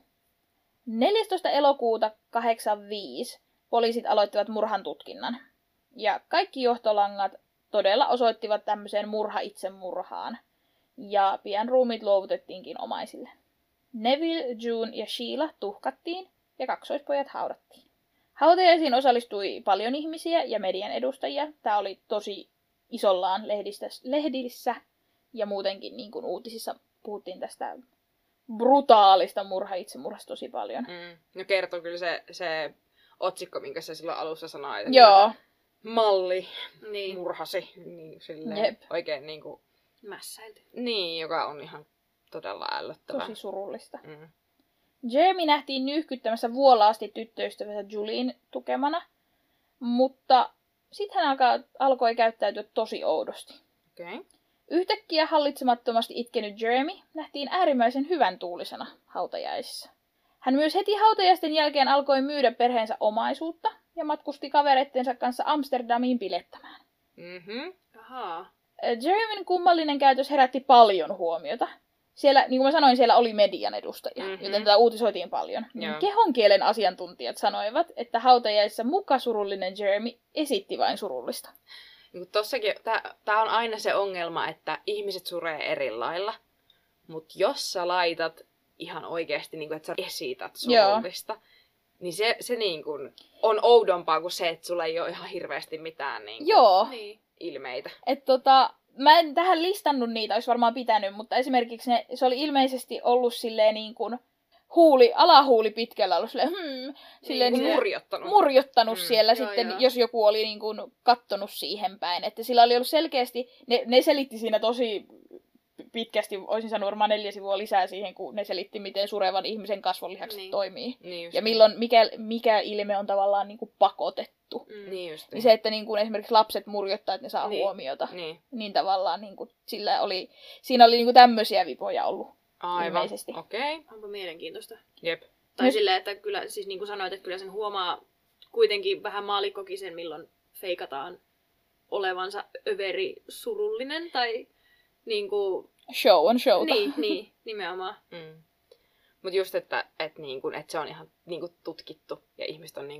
Speaker 1: 14. elokuuta 1985 poliisit aloittivat murhan tutkinnan. Ja kaikki johtolangat todella osoittivat tämmöiseen murha-itsemurhaan. Ja pian ruumiit luovutettiinkin omaisille. Neville, June ja Sheila tuhkattiin ja kaksoispojat haudattiin. Hautajaisiin osallistui paljon ihmisiä ja median edustajia. Tämä oli tosi isollaan lehdissä ja muutenkin niin kuin uutisissa puhuttiin tästä brutaalista murha-itsemurhasta tosi paljon.
Speaker 2: No kertoo kyllä se otsikko, minkä se silloin alussa sanoi, että
Speaker 1: Joo.
Speaker 2: malli
Speaker 3: Niin.
Speaker 2: murhasi. Niin, silleen,
Speaker 1: Jep.
Speaker 2: oikein niin kuin,
Speaker 3: Mässäilty.
Speaker 2: niin, joka on ihan todella ällöttävää.
Speaker 1: Tosi surullista.
Speaker 2: Mm.
Speaker 1: Jeremy nähtiin nyyhkyttämässä vuolaasti tyttöystävänsä Julien tukemana, mutta sitten hän alkoi käyttäytyä tosi oudosti.
Speaker 2: Okei. Okay.
Speaker 1: Yhtäkkiä hallitsemattomasti itkenyt Jeremy nähtiin äärimmäisen hyvän tuulisena hautajaisissa. Hän myös heti hautajaisten jälkeen alkoi myydä perheensä omaisuutta ja matkusti kavereittensa kanssa Amsterdamiin bilettämään.
Speaker 2: Mhm.
Speaker 3: Ahaa.
Speaker 1: Jeremyn kummallinen käytös herätti paljon huomiota. Siellä, niin kuin mä sanoin, siellä oli median edustajia, joten tätä uutisoitiin paljon. Niin kehonkielen asiantuntijat sanoivat, että hautajaisissa muka surullinen Jeremy esitti vain surullista.
Speaker 2: Niin tossakin, tää on aina se ongelma, että ihmiset suree eri lailla. Mutta jos sä laitat ihan oikeasti, niin kun, että sä esität surullista, niin se niin kun on oudompaa kuin se, että sulla ei ole ihan hirveästi mitään niin kun ilmeitä.
Speaker 1: Mä en tähän listannut niitä, olisi varmaan pitänyt, mutta esimerkiksi se oli ilmeisesti ollut silleen niin kuin alahuuli pitkällä ollut silleen murjottanut siellä sitten, jos joku oli niin kuin kattonut siihen päin. Että sillä oli ollut selkeästi, ne selitti siinä tosi pitkästi, olisin sanonut varmaan 4 sivua lisää siihen, kun ne selitti, miten surevan ihmisen kasvonlihakset toimii.
Speaker 2: Niin
Speaker 1: ja milloin, mikä ilme on tavallaan niin kuin pakotettu.
Speaker 2: Niin
Speaker 1: se, että niin kuin esimerkiksi lapset murjottaa, että ne saa huomiota. Niin tavallaan niin kuin, siinä oli niin kuin tämmöisiä vipoja ollut.
Speaker 2: Aivan.
Speaker 1: Ilmeisesti.
Speaker 2: Okei. Okay.
Speaker 3: Onpa mielenkiintoista.
Speaker 2: Jep.
Speaker 3: Tai silleen, että kyllä, siis niin kuin sanoit, että kyllä sen huomaa kuitenkin vähän maalikkokin sen, milloin feikataan olevansa överi surullinen tai niinku
Speaker 1: show on showta.
Speaker 3: Niin, nimenomaan.
Speaker 2: Mutta just, että se on ihan niinku tutkittu ja ihmiset on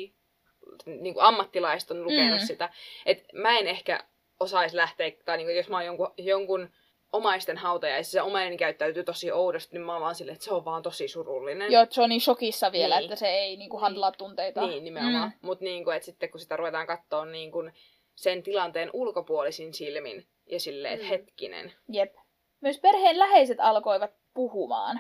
Speaker 2: niinku ammattilaiset on lukenut sitä. Et mä en ehkä osaisi lähteä, tai niinku, jos mä oon jonkun omaisten hautajaisissa ja omainen käyttäytyy tosi oudosti, niin mä oon vaan silleen, että se on vaan tosi surullinen.
Speaker 1: Joo, se on niin shokissa vielä, että se ei niinku handlaa tunteita.
Speaker 2: Niin, nimenomaan. Mutta niinku, sitten kun sitä ruvetaan katsoa niinku sen tilanteen ulkopuolisin silmin ja silleen, että hetkinen.
Speaker 1: Jep. Myös perheen läheiset alkoivat puhumaan.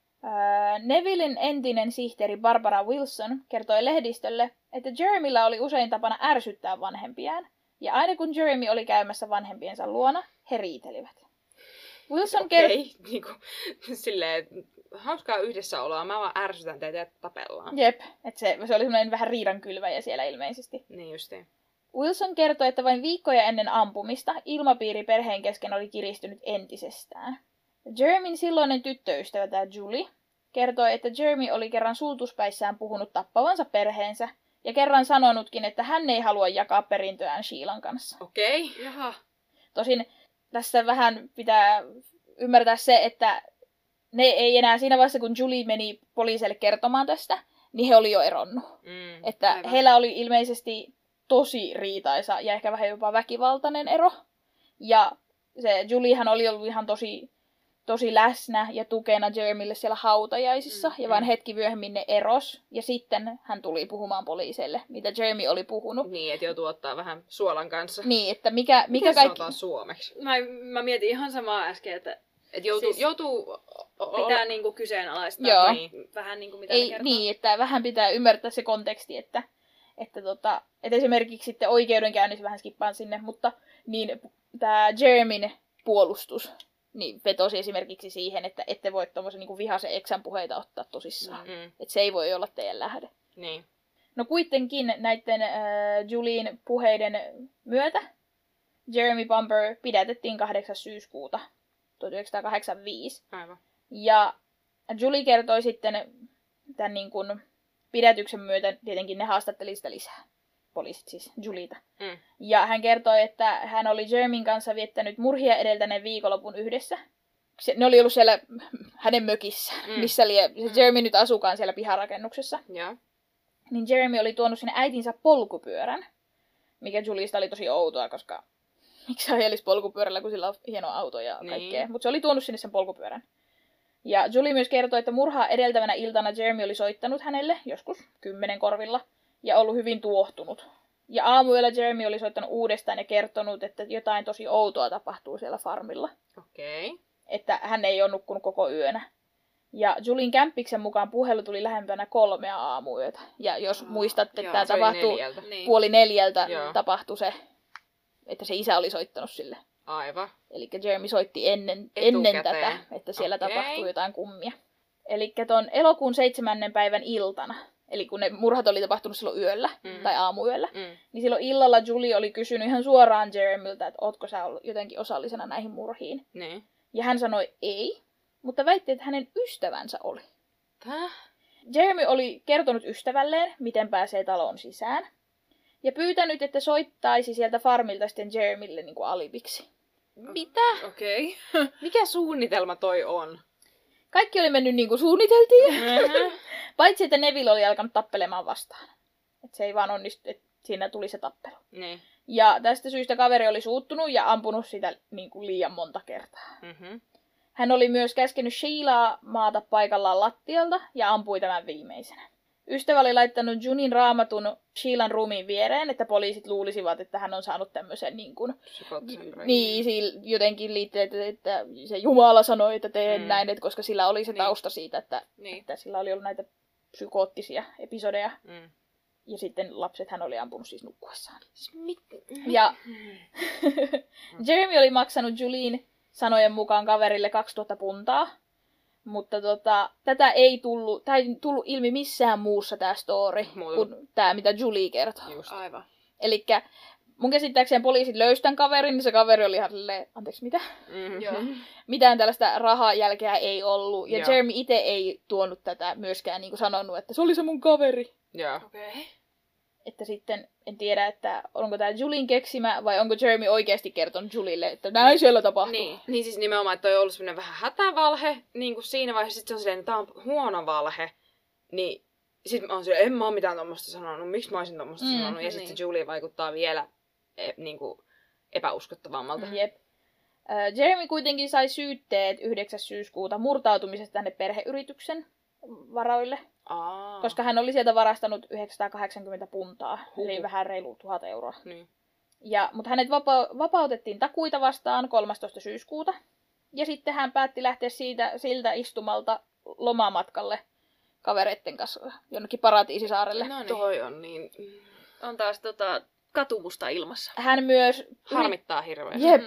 Speaker 1: Nevillin entinen sihteeri Barbara Wilson kertoi lehdistölle, että Jeremyllä oli usein tapana ärsyttää vanhempiaan, ja aina kun Jeremy oli käymässä vanhempiensa luona, he riitelivät. Wilson
Speaker 2: niinku, silleen, hauskaa yhdessäoloa, mä vaan ärsytän teitä ja tapellaan.
Speaker 1: Jep, että se oli semmoinen vähän riidankylväjä siellä ilmeisesti.
Speaker 2: Niin justiin.
Speaker 1: Wilson kertoi, että vain viikkoja ennen ampumista ilmapiiri perheen kesken oli kiristynyt entisestään. Jeremyn silloinen tyttöystävä, tämä Julie, kertoi, että Jeremy oli kerran sultuspäissään puhunut tappavansa perheensä ja kerran sanonutkin, että hän ei halua jakaa perintöään Sheilan kanssa.
Speaker 2: Okei.
Speaker 3: Jaha.
Speaker 1: Tosin tässä vähän pitää ymmärtää se, että ne ei enää siinä vaiheessa, kun Julie meni poliisille kertomaan tästä, niin he oli jo eronnut. Että heillä oli ilmeisesti tosi riitaisa ja ehkä vähän jopa väkivaltainen ero. Ja se Juliehan oli ollut ihan tosi läsnä ja tukena Jeremylle siellä hautajaisissa. Ja vain hetki myöhemmin ne eros. Ja sitten hän tuli puhumaan poliisille, mitä Jeremy oli puhunut.
Speaker 2: Niin, että joutuu ottaa vähän suolan kanssa.
Speaker 1: Niin, että mikä
Speaker 2: kaikki sanotaan suomeksi?
Speaker 3: Mä mietin ihan samaa äsken, että
Speaker 2: joutuu
Speaker 3: pitää niinku kyseenalaistaa.
Speaker 1: Joo.
Speaker 3: Vähän niinku mitä ne kertoo.
Speaker 1: Niin, että vähän pitää ymmärtää se konteksti, että Että esimerkiksi sitten oikeudenkäynnissä vähän skippaan sinne, mutta niin tämä Jeremyn puolustus niin vetosi esimerkiksi siihen, että ette voi tommosen niin vihaisen eksän puheita ottaa tosissaan. Että se ei voi olla teidän lähde.
Speaker 2: Niin.
Speaker 1: No kuitenkin näiden Julien puheiden myötä Jeremy Bumper pidätettiin 8. syyskuuta 1985.
Speaker 2: Aivan.
Speaker 1: Ja Julie kertoi sitten tämän niin kuin pidätyksen myötä, tietenkin ne haastatteli sitä lisää. Poliisit siis, Julieta. Ja hän kertoi, että hän oli Jeremyn kanssa viettänyt murhia edeltäneen viikonlopun yhdessä. Ne oli ollut siellä hänen mökissä, missä Jeremy nyt asukaan siellä piharakennuksessa.
Speaker 2: Ja.
Speaker 1: Niin Jeremy oli tuonut sinne äitinsä polkupyörän, mikä Juliesta oli tosi outoa, koska miksi hän ajelisi polkupyörällä, kun sillä on hieno auto ja kaikkea. Niin. Mutta se oli tuonut sinne sen polkupyörän. Ja Julie myös kertoi, että murhaa edeltävänä iltana Jeremy oli soittanut hänelle, joskus 10 korvilla, ja ollut hyvin tuohtunut. Ja aamuyöllä Jeremy oli soittanut uudestaan ja kertonut, että jotain tosi outoa tapahtuu siellä farmilla.
Speaker 2: Okei.
Speaker 1: Että hän ei ole nukkunut koko yönä. Ja Julien kämppiksen mukaan puhelu tuli lähempänä 3 aamuyötä. Ja jos muistatte, että tämä tapahtui 3:30 tapahtui se, että se isä oli soittanut sille.
Speaker 2: Aivan.
Speaker 1: Eli Jeremy soitti ennen tätä, että siellä tapahtui jotain kummia. Eli tuon elokuun 7. päivän iltana, eli kun ne murhat oli tapahtunut silloin yöllä tai aamuyöllä, niin silloin illalla Julie oli kysynyt ihan suoraan Jeremyltä, että ootko sä ollut jotenkin osallisena näihin murhiin.
Speaker 2: Niin.
Speaker 1: Ja hän sanoi ei, mutta väitti, että hänen ystävänsä oli.
Speaker 2: Täh?
Speaker 1: Jeremy oli kertonut ystävälleen, miten pääsee taloon sisään, ja pyytänyt, että soittaisi sieltä farmilta sitten Jeremylle niin kuin alibiksi.
Speaker 2: Mitä?
Speaker 3: Okei.
Speaker 2: Mikä suunnitelma toi on?
Speaker 1: Kaikki oli mennyt niin kuin suunniteltiin. Paitsi, että Neville oli alkanut tappelemaan vastaan. Että se ei vaan onnistu, että siinä tuli se tappelu.
Speaker 2: Niin.
Speaker 1: Ja tästä syystä kaveri oli suuttunut ja ampunut sitä niin kuin liian monta kertaa. Hän oli myös käskenyt Sheilaa maata paikallaan lattialta ja ampui tämän viimeisenä. Ystävä oli laittanut Junin raamatun Sheilan ruumiin viereen, että poliisit luulisivat, että hän on saanut tämmöisen niin kuin, jotenkin liitteet, että se Jumala sanoi, että teen näin, että koska sillä oli se tausta siitä, että sillä oli ollut näitä psykoottisia episodeja. Ja sitten lapset hän oli ampunut siis nukkuessaan. Ja Jeremy oli maksanut Julien sanojen mukaan kaverille 2000 puntaa. Mutta tätä ei tullut ilmi missään muussa tää story kuin tää, mitä Julie kertoi.
Speaker 2: Just.
Speaker 3: Aivan.
Speaker 1: Elikkä mun käsittääkseen poliisit löysi tämän kaverin, niin se kaveri oli ihan silleen, anteeksi mitä? Mitään tällaista rahajälkeä ei ollut. Ja Jeremy itse ei tuonut tätä myöskään niin kuin sanonut, että se oli se mun kaveri.
Speaker 3: Okei.
Speaker 1: Että sitten en tiedä, että onko tämä Julien keksimä vai onko Jeremy oikeasti kertonut Julielle, että näin siellä tapahtuu.
Speaker 2: Niin siis nimenomaan, että toi on ollut semmoinen vähän hätävalhe, niin kuin siinä vaiheessa sit se on silleen, että tää on huono valhe. Niin sit mä oon silleen, en mä oo mitään tommoista sanonut, miksi mä oisin tommoista sanonut. Ja sit se Julie vaikuttaa vielä niin kuin epäuskottavammalta.
Speaker 1: Jep. Jeremy kuitenkin sai syytteet 9. syyskuuta murtautumisesta tänne perheyrityksen varoille. Koska hän oli sieltä varastanut 980 puntaa, eli vähän reilu 1000 euroa.
Speaker 2: Niin.
Speaker 1: Mutta hänet vapautettiin takuita vastaan 13. syyskuuta. Ja sitten hän päätti lähteä siltä istumalta lomamatkalle kavereitten kanssa jonnekin Paratiisisaarelle.
Speaker 2: No niin. Toi on niin.
Speaker 3: On taas katumusta ilmassa.
Speaker 1: Hän myös...
Speaker 2: Harmittaa hirveästi.
Speaker 1: Jep.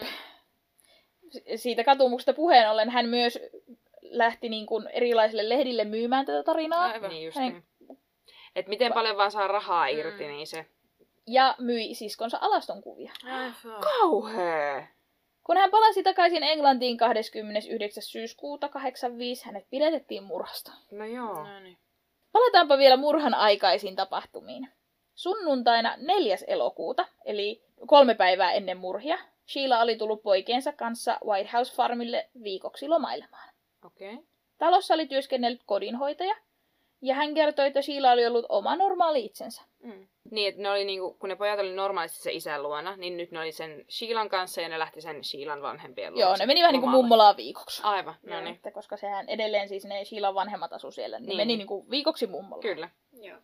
Speaker 1: Siitä katumuksesta puheen ollen hän myös lähti niin kuin erilaisille lehdille myymään tätä tarinaa.
Speaker 2: Aivan. Niin just niin. Että miten paljon vaan saa rahaa irti, niin se...
Speaker 1: Ja myi siskonsa alastonkuvia.
Speaker 2: Kauhea!
Speaker 1: Kun hän palasi takaisin Englantiin 29. syyskuuta 1985, hänet pidätettiin murhasta.
Speaker 2: No joo.
Speaker 3: No niin.
Speaker 1: Palataanpa vielä murhan aikaisiin tapahtumiin. Sunnuntaina 4. elokuuta, eli 3 päivää ennen murhia, Sheila oli tullut poikiensa kanssa White House Farmille viikoksi lomailemaan.
Speaker 2: Okei.
Speaker 1: Talossa oli työskennellyt kodinhoitaja, ja hän kertoi, että Sheila oli ollut oma normaali itsensä.
Speaker 2: Niin, että ne oli niinku, kun ne pojat oli normaalisti se isän luona, niin nyt ne oli sen Sheilan kanssa ja ne lähti sen Sheilan vanhempien luokse.
Speaker 1: Joo, ne meni vähän niin kuin mummolaan viikoksi.
Speaker 2: Aivan, no niin.
Speaker 1: Että koska sehän edelleen siis ne Sheilan vanhemmat asu siellä, niin meni niin kuin viikoksi mummolaan.
Speaker 2: Kyllä.
Speaker 3: Joo.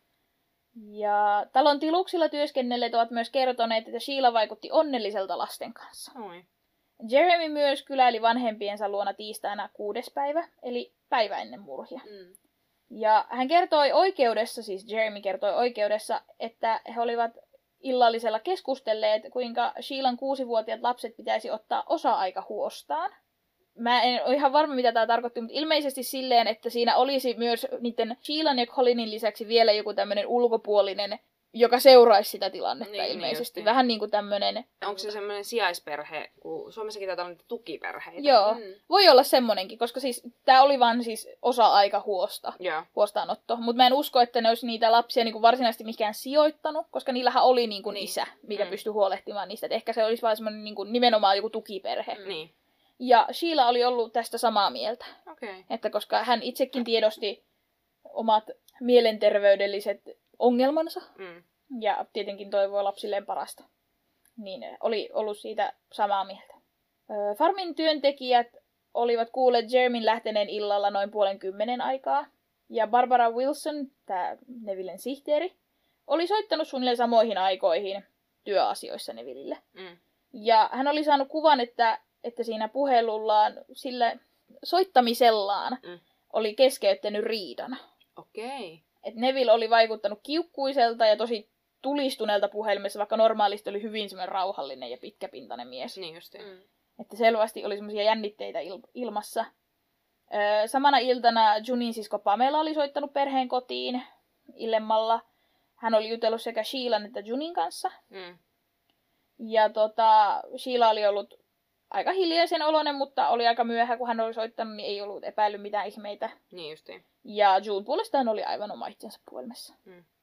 Speaker 1: Ja talon tiluksilla työskennelleet ovat myös kertoneet, että Sheila vaikutti onnelliselta lasten kanssa.
Speaker 2: Oi.
Speaker 1: Jeremy myös kyläili vanhempiensa luona tiistaina 6. päivä, eli päivä ennen murhia. Ja hän kertoi oikeudessa, siis Jeremy kertoi oikeudessa, että he olivat illallisella keskustelleet, kuinka Sheilan 6-vuotiaat lapset pitäisi ottaa osa-aikahuostaan. Mä en ole ihan varma, mitä tämä tarkoitti, mutta ilmeisesti silleen, että siinä olisi myös niiden Sheilan ja Colinin lisäksi vielä joku tämmöinen ulkopuolinen, joka seuraisi sitä tilannetta
Speaker 2: Niin,
Speaker 1: ilmeisesti.
Speaker 2: niin
Speaker 1: Vähän niin kuin tämmöinen...
Speaker 2: Onko se semmoinen sijaisperhe, kun Suomessakin taitaa olla tukiperheitä?
Speaker 1: Joo, voi olla semmoinenkin, koska siis tämä oli vaan siis huostaanotto. Mutta mä en usko, että ne olisi niitä lapsia niin kuin varsinaisesti mikään sijoittanut, koska niillähän oli niin kuin isä, mikä pystyi huolehtimaan niistä. Et ehkä se olisi vaan semmoinen niin kuin nimenomaan joku tukiperhe.
Speaker 2: Niin.
Speaker 1: Ja Sheila oli ollut tästä samaa mieltä.
Speaker 2: Okay.
Speaker 1: Että koska hän itsekin tiedosti omat mielenterveydelliset ongelmansa ja tietenkin toivoi lapsilleen parasta, niin oli ollut siitä samaa mieltä. Farmin työntekijät olivat kuulleet Jeremyn lähteneen illalla noin 9:30 aikaa. Ja Barbara Wilson, tämä Nevillen sihteeri, oli soittanut suunnilleen samoihin aikoihin työasioissa Nevillille. Ja hän oli saanut kuvan, että siinä puhelullaan, sillä soittamisellaan, oli keskeyttänyt riidan.
Speaker 2: Okei.
Speaker 1: Et Neville oli vaikuttanut kiukkuiselta ja tosi tulistuneelta puhelimessa, vaikka normaalisti oli hyvin semmoinen rauhallinen ja pitkäpintainen mies.
Speaker 2: Niin justiin.
Speaker 1: Että selvästi oli semmoisia jännitteitä ilmassa. Samana iltana Junin sisko Pamela oli soittanut perheen kotiin illemmalla. Hän oli jutellut sekä Sheilan että Junin kanssa. Ja Sheila oli ollut aika hiljaisen oloinen, mutta oli aika myöhä, kun hän oli soittanut, niin ei ollut epäillyt mitään ihmeitä.
Speaker 2: Niin justiin.
Speaker 1: Ja June puolestaan oli aivan oma itsensä puhelimessa.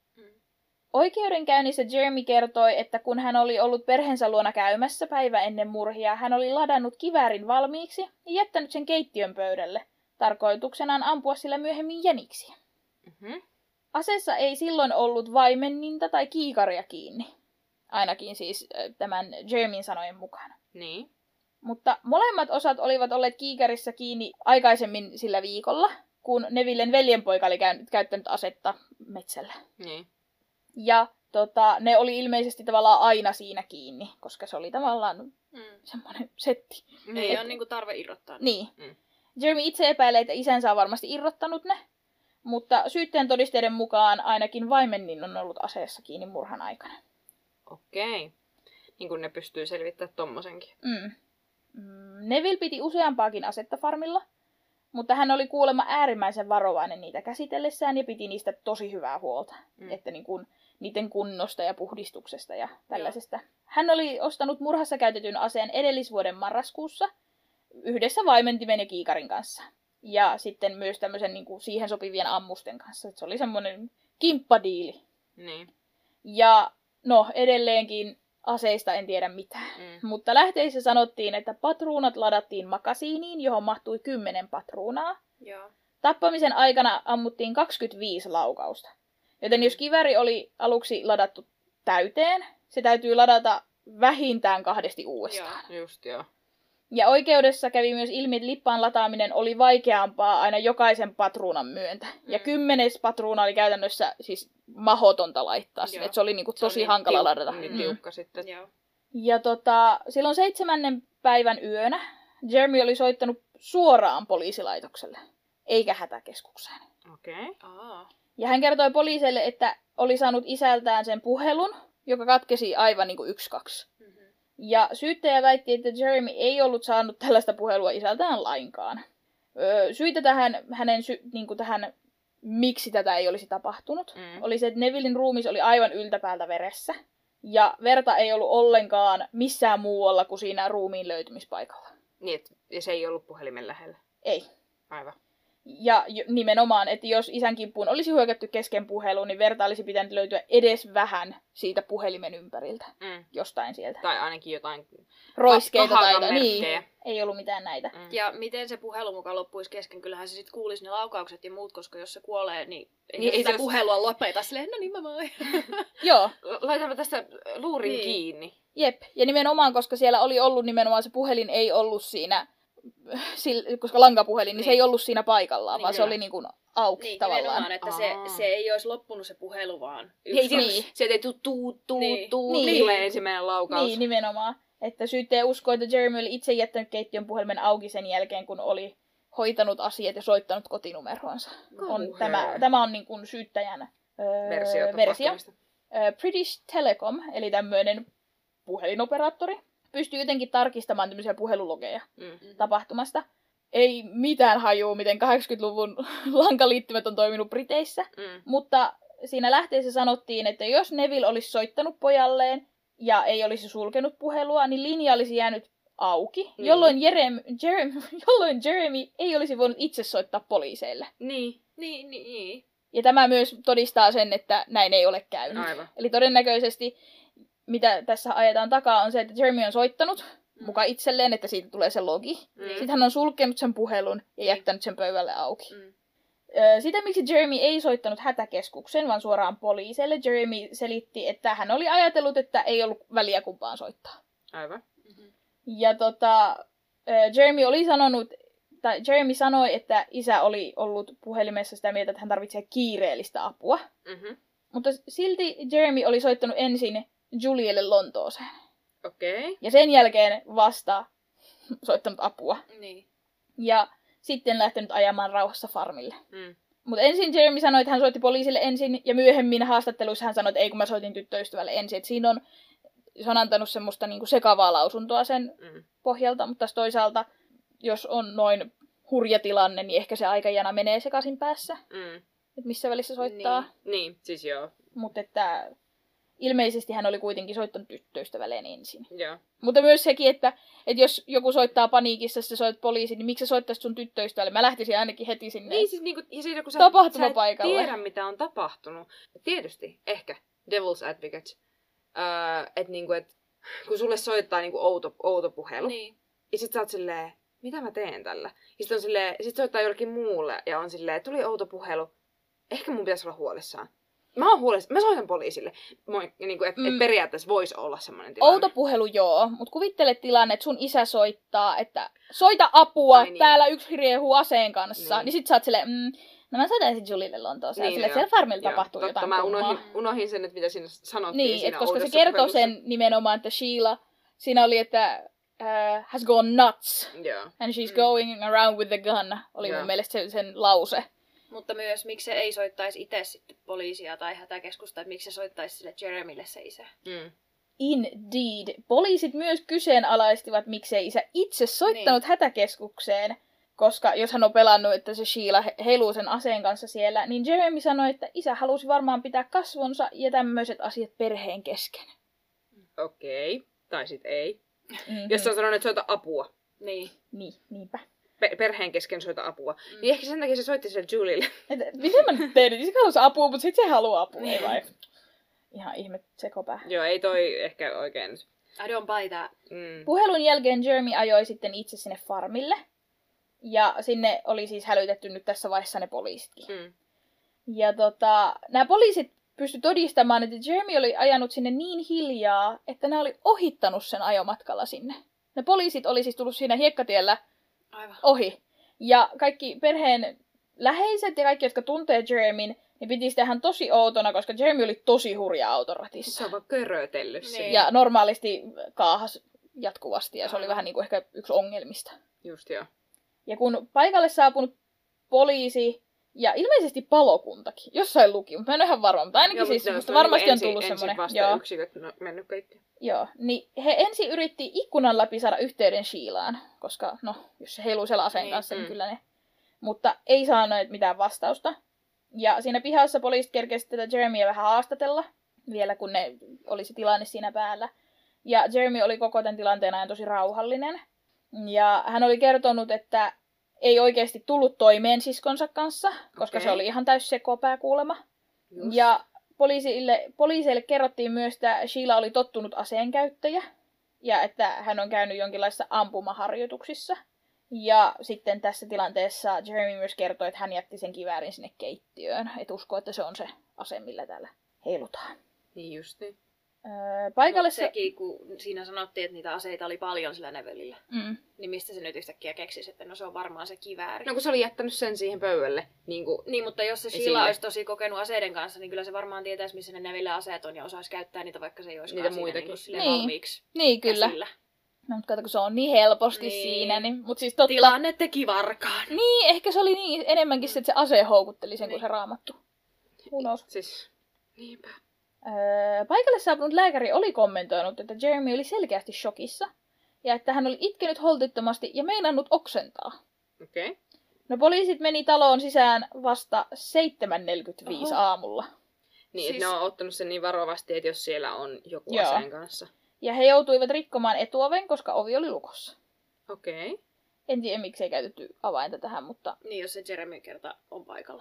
Speaker 1: Oikeudenkäynnissä Jeremy kertoi, että kun hän oli ollut perheensä luona käymässä päivä ennen murhia, hän oli ladannut kiväärin valmiiksi ja jättänyt sen keittiön pöydälle, tarkoituksenaan ampua sillä myöhemmin jäniksiä. Aseessa ei silloin ollut vaimenninta tai kiikaria kiinni, ainakin siis tämän Jeremyn sanojen mukaan.
Speaker 2: Niin.
Speaker 1: Mutta molemmat osat olivat olleet kiikarissa kiinni aikaisemmin sillä viikolla, kun Nevillen veljenpoika oli käyttänyt asetta metsällä.
Speaker 2: Niin.
Speaker 1: Ja ne oli ilmeisesti tavallaan aina siinä kiinni, koska se oli tavallaan semmoinen setti.
Speaker 3: Ei ole niinku tarve irrottaa.
Speaker 1: Niin. Jeremy itse epäilee, että isänsä on varmasti irrottanut ne, mutta syytteen todisteiden mukaan ainakin vaimennin on ollut aseessa kiinni murhan aikana.
Speaker 2: Okei. Niin kuin ne pystyy selvittämään tommosenkin.
Speaker 1: Neville piti useampaakin asetta farmilla, mutta hän oli kuulemma äärimmäisen varovainen niitä käsitellessään ja piti niistä tosi hyvää huolta. Että niin kuin niiden kunnosta ja puhdistuksesta ja tällaisesta. Joo. Hän oli ostanut murhassa käytetyn aseen edellisvuoden marraskuussa yhdessä vaimentimen ja kiikarin kanssa. Ja sitten myös tämmöisen niin kuin siihen sopivien ammusten kanssa. Se oli semmoinen kimppadiili.
Speaker 2: Niin.
Speaker 1: Ja edelleenkin aseista en tiedä mitään. Mutta lähteissä sanottiin, että patruunat ladattiin makasiiniin, johon mahtui 10 patruunaa.
Speaker 3: Joo.
Speaker 1: Tappamisen aikana ammuttiin 25 laukausta. Joten jos kivääri oli aluksi ladattu täyteen, se täytyy ladata vähintään 2 uudestaan.
Speaker 2: Joo, just joo.
Speaker 1: Ja oikeudessa kävi myös ilmi, että lippaan lataaminen oli vaikeampaa aina jokaisen patruunan myöntä. Ja 10. patruuna oli käytännössä siis mahdotonta laittaa sinne. Että se oli niinku tosi hankala ladata.
Speaker 2: Niin tiukka sitten.
Speaker 3: Joo.
Speaker 1: Ja silloin 7. päivän yönä Jeremy oli soittanut suoraan poliisilaitokselle, eikä hätäkeskukseen.
Speaker 2: Okei.
Speaker 1: Ja hän kertoi poliisille, että oli saanut isältään sen puhelun, joka katkesi aivan niin kuin 1-2. Ja syyttäjä väitti, että Jeremy ei ollut saanut tällaista puhelua isältään lainkaan. Syitä tähän, tähän, miksi tätä ei olisi tapahtunut, oli se, että Nevillin ruumis oli aivan yltäpäältä veressä. Ja verta ei ollut ollenkaan missään muualla kuin siinä ruumiin löytymispaikalla.
Speaker 2: Niin, ja se ei ollut puhelimen lähellä?
Speaker 1: Ei.
Speaker 2: Aivan.
Speaker 1: Ja nimenomaan, että jos isän kimppuun olisi hyökätty kesken puhelun, niin verta olisi pitänyt löytyä edes vähän siitä puhelimen ympäriltä. Jostain sieltä.
Speaker 2: Tai ainakin jotain
Speaker 1: roiskeita tai niin. Ei ollut mitään näitä.
Speaker 3: Ja miten se puhelu mukaan loppuisi kesken? Kyllähän se sitten kuulisi ne laukaukset ja muut, koska jos se kuolee, niin ei sitä puhelua lopeta. Silleen, no niin mä voin.
Speaker 1: Joo.
Speaker 2: Laitamme tästä luurin kiinni.
Speaker 1: Jep. Ja nimenomaan, koska siellä oli ollut nimenomaan se puhelin ei ollut siinä, koska lankapuhelin, niin se ei ollut siinä paikallaan, vaan se oli niin kuin auki tavallaan.
Speaker 3: Nimenomaan, että se ei olisi loppunut se puhelu vaan.
Speaker 2: Sieltä ei tulee ensimmäinen laukaus.
Speaker 1: Niin, nimenomaan. Että syyttäjä uskoi, että Jeremy oli itse jättänyt keittiön puhelimen auki sen jälkeen, kun oli hoitanut asiat ja soittanut kotinumeroonsa.
Speaker 2: Kauhea.
Speaker 1: Tämä on niin kuin syyttäjän versio. British Telecom, eli tämmöinen puhelinoperaattori, pystyy jotenkin tarkistamaan tämmöisiä puhelulogeja tapahtumasta. Ei mitään hajua, miten 80-luvun lankaliittymät on toiminut Briteissä, mutta siinä lähteessä sanottiin, että jos Neville olisi soittanut pojalleen ja ei olisi sulkenut puhelua, niin linja olisi jäänyt auki, jolloin Jeremy ei olisi voinut itse soittaa poliiseille.
Speaker 3: Niin.
Speaker 1: Ja tämä myös todistaa sen, että näin ei ole käynyt.
Speaker 2: Aivan.
Speaker 1: Eli todennäköisesti, mitä tässä ajetaan takaa, on se, että Jeremy on soittanut muka itselleen, että siitä tulee se logi. Sitten hän on sulkenut sen puhelun ja jättänyt sen pöydälle auki. Sitä, miksi Jeremy ei soittanut hätäkeskuksen, vaan suoraan poliiseille, Jeremy selitti, että hän oli ajatellut, että ei ollut väliä kumpaan soittaa.
Speaker 2: Aivan.
Speaker 1: Ja Jeremy sanoi, että isä oli ollut puhelimessa sitä mieltä, että hän tarvitsee kiireellistä apua. Mutta silti Jeremy oli soittanut ensin Julielle Lontooseen.
Speaker 2: Okei.
Speaker 1: Ja sen jälkeen vasta soittanut apua.
Speaker 3: Niin.
Speaker 1: Ja sitten lähtenyt ajamaan rauhassa farmille. Mutta ensin Jeremy sanoi, että hän soitti poliisille ensin, ja myöhemmin haastatteluissa hän sanoi, että ei kun mä soitin tyttöystävälle ensin. Että siinä se on antanut semmoista niinku sekavaa lausuntoa sen pohjalta, mutta taas toisaalta, jos on noin hurja tilanne, niin ehkä se aikajana menee sekaisin päässä. Että missä välissä soittaa.
Speaker 2: Niin, siis joo.
Speaker 1: Mutta että ilmeisesti hän oli kuitenkin soittanut tyttöystävälleen ensin.
Speaker 2: Joo.
Speaker 1: Mutta myös sekin, että jos joku soittaa paniikissa, sä soit poliisiin, niin miksi sä soittaisit sun tyttöystävälle? Mä lähtisin ainakin heti sinne
Speaker 2: Niin, siis niinku, ja siinä kun sä et tiedä, mitä on tapahtunut. Tietysti, ehkä, devil's advocate. Että niinku, kun sulle soittaa niinku outo puhelu, ja sit sä oot silleen, mitä mä teen tällä? Ja sit soittaa jollekin muulle, ja on silleen, tuli outo puhelu, ehkä mun pitäisi olla huolissaan. Mä oon huolissaan, mä soitan poliisille. Niinku, et periaatteessa voisi olla semmoinen tilanne.
Speaker 1: Outo puhelu joo, mutta kuvittele tilanne, että sun isä soittaa, että soita apua, niin. Täällä yksi riehuu aseen kanssa. Niin sit sä oot silleen, no mä soitan sitten Julille Lontooseen, niin, silleen, että siellä farmilla tapahtuu jotain
Speaker 2: mä unohin sen, että mitä siinä sanottiin
Speaker 1: niin,
Speaker 2: siinä
Speaker 1: koska se kertoo puhelussa. Sen nimenomaan, että Sheila, siinä oli, että has gone nuts. And she's going around with the gun, oli mun mielestä sen lause.
Speaker 3: Mutta myös, miksi se ei soittaisi itse sitten poliisia tai hätäkeskusta, että miksi se soittaisi sille Jeremylle se isä.
Speaker 1: Indeed. Poliisit myös kyseenalaistivat, miksei isä itse soittanut hätäkeskukseen, koska jos hän on pelannut, että se Sheila heiluu sen aseen kanssa siellä, niin Jeremy sanoi, että isä halusi varmaan pitää kasvonsa ja tämmöiset asiat perheen kesken.
Speaker 2: Okei. Tai sit ei. Jos on sanonut, että soita apua.
Speaker 1: Niinpä.
Speaker 2: Perheen kesken soita apua. Niin ehkä sen takia se soitti sille Julille.
Speaker 1: Miten mä nyt tein? Se halusi apua, mutta sitten se haluaa apua. Ei vai? Ihan ihme sekopää.
Speaker 2: Joo, ei toi ehkä oikein.
Speaker 3: I don't buy that.
Speaker 1: Puhelun jälkeen Jeremy ajoi sitten itse sinne farmille. Ja sinne oli siis hälytetty nyt tässä vaiheessa ne poliisitkin. Ja nämä poliisit pystyi todistamaan, että Jeremy oli ajanut sinne niin hiljaa, että ne oli ohittanut sen ajomatkalla sinne. Ne poliisit oli siis tullut siinä hiekkatiellä ohi. Ja kaikki perheen läheiset ja kaikki, jotka tuntee Jeremyn, niin piti sitä ihan tosi outona, koska Jeremy oli tosi hurja autoratissa.
Speaker 2: Se on vaan körötellyt siinä.
Speaker 1: Ja normaalisti kaahas jatkuvasti, ja se oli vähän niin kuin ehkä yksi ongelmista.
Speaker 2: Just joo.
Speaker 1: Ja kun paikalle saapunut poliisi ja ilmeisesti palokuntakin, jossain luki, mutta mä en ole ihan varma, mutta ainakin siis, mutta varmasti on tullut semmoinen.
Speaker 2: Vasta yksiköt mennyt kaikki.
Speaker 1: Joo, niin he ensin yritti ikkunan läpi saada yhteyden Sheilaan, koska no, jos se heiluu siellä aseen kanssa, niin kyllä ne. Mutta ei saaneet mitään vastausta. Ja siinä pihassa poliisit kerkesivät tätä Jeremyä vähän haastatella, vielä kun ne oli se tilanne siinä päällä. Ja Jeremy oli koko tämän tilanteen ajan tosi rauhallinen. Ja hän oli kertonut, että ei oikeasti tullut toimeen siskonsa kanssa, koska se oli ihan täys sekopää kuulema. Just. Ja poliiseille kerrottiin myös, että Sheila oli tottunut aseenkäyttäjä ja että hän on käynyt jonkinlaisissa ampumaharjoituksissa. Ja sitten tässä tilanteessa Jeremy myös kertoi, että hän jätti sen kiväärin sinne keittiöön. Et usko, että se on se ase, millä täällä heilutaan.
Speaker 2: Niin just niin.
Speaker 1: Paikalle
Speaker 3: sekin, kun siinä sanottiin, että niitä aseita oli paljon sillä Nevellillä. Niin mistä se nyt yhtäkkiä keksisi, että no se on varmaan se kivääri.
Speaker 2: No kun se oli jättänyt sen siihen pöydälle.
Speaker 3: Niin, mutta jos se Sheila olisi tosi kokenut aseiden kanssa, niin kyllä se varmaan tietäisi, missä ne Neville aseet on ja osaisi käyttää niitä, vaikka se ei olisikaan
Speaker 2: niitä muitakin.
Speaker 3: Valmiiksi
Speaker 1: niin, kyllä.
Speaker 3: Käsillä.
Speaker 1: No, mutta kato, kun se on niin helposti
Speaker 3: Niin.
Speaker 1: siinä. Niin, mutta siis totta.
Speaker 3: Tilanne teki varkaan.
Speaker 1: Niin, ehkä se oli niin enemmänkin se, että se ase houkutteli sen kuin se raamattu. Unos.
Speaker 2: Siis, niinpä.
Speaker 1: Paikalle saapunut lääkäri oli kommentoinut, että Jeremy oli selkeästi shokissa. Ja että hän oli itkenyt holtittomasti ja meinannut oksentaa.
Speaker 2: Okei. Okay.
Speaker 1: No poliisit meni taloon sisään vasta 7.45 aamulla.
Speaker 2: Niin,
Speaker 3: Siis-
Speaker 2: että ne on ottanut sen niin varovasti, että jos siellä on joku
Speaker 1: Joo.
Speaker 2: aseen kanssa.
Speaker 1: Ja he joutuivat rikkomaan etuoven, koska ovi oli lukossa.
Speaker 2: Okei. Okay.
Speaker 1: En tiedä, miksi ei käytetty avainta tähän, mutta
Speaker 3: Niin, jos se Jeremy kerta on paikalla.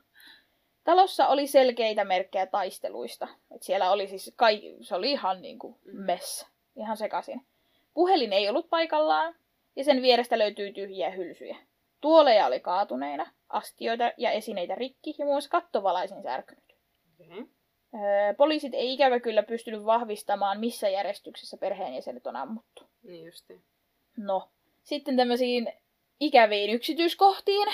Speaker 1: talossa oli selkeitä merkkejä taisteluista. Et siellä oli siis se oli ihan niinku mess. Ihan sekaisin. Puhelin ei ollut paikallaan ja sen vierestä löytyi tyhjiä hylsyjä. Tuoleja oli kaatuneina, astioita ja esineitä rikki ja muun muassa kattovalaisin särkynyt.
Speaker 2: Okay.
Speaker 1: Poliisit ei ikävä kyllä pystynyt vahvistamaan, missä järjestyksessä perheenjäsenet on ammuttu.
Speaker 2: Niin justiin.
Speaker 1: No, sitten tämmöisiin ikäviin yksityiskohtiin.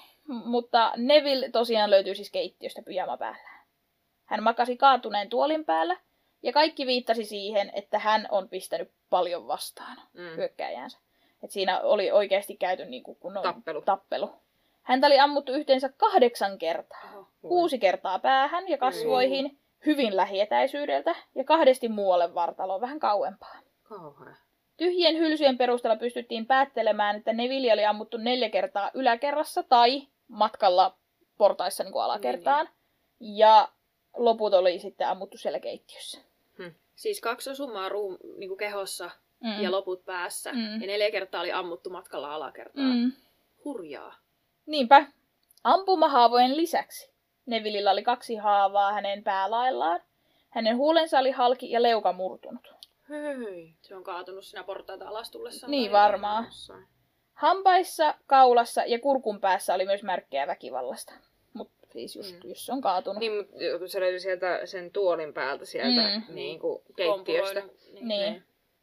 Speaker 1: Mutta Neville tosiaan löytyy siis keittiöstä pyjama päällään. Hän makasi kaatuneen tuolin päällä ja kaikki viittasi siihen, että hän on pistänyt paljon vastaan hyökkääjäänsä. Et siinä oli oikeasti käyty niinku kunnon tappelu. Häntä oli ammuttu yhteensä 8 kertaa.
Speaker 3: Oho.
Speaker 1: 6 kertaa päähän ja kasvoihin, hyvin lähietäisyydeltä ja 2 muualle vartaloon vähän kauempaa.
Speaker 2: Kauhea.
Speaker 1: Tyhjien hylsyjen perusteella pystyttiin päättelemään, että Neville oli ammuttu 4 kertaa yläkerrassa tai matkalla portaissa niin kuin alakertaan. Ja loput oli sitten ammuttu siellä keittiössä.
Speaker 3: Siis 2 osumaa niinku kehossa ja loput päässä. Ja 4 kertaa oli ammuttu matkalla alakertaan. Hurjaa.
Speaker 1: Niinpä. Ampumahaavojen lisäksi Nevillillä oli 2 haavaa hänen päälaillaan. Hänen huulensa oli halki ja leuka murtunut.
Speaker 2: Hei.
Speaker 3: Se on kaatunut siinä portaita alas tullessaan.
Speaker 1: Niin varmaan. Hampaissa, kaulassa ja kurkun päässä oli myös merkkejä väkivallasta. Mutta siis just se on kaatunut.
Speaker 2: Niin, mutta se löytyi sieltä sen tuolin päältä sieltä niin kuin keittiöstä.
Speaker 1: Niin.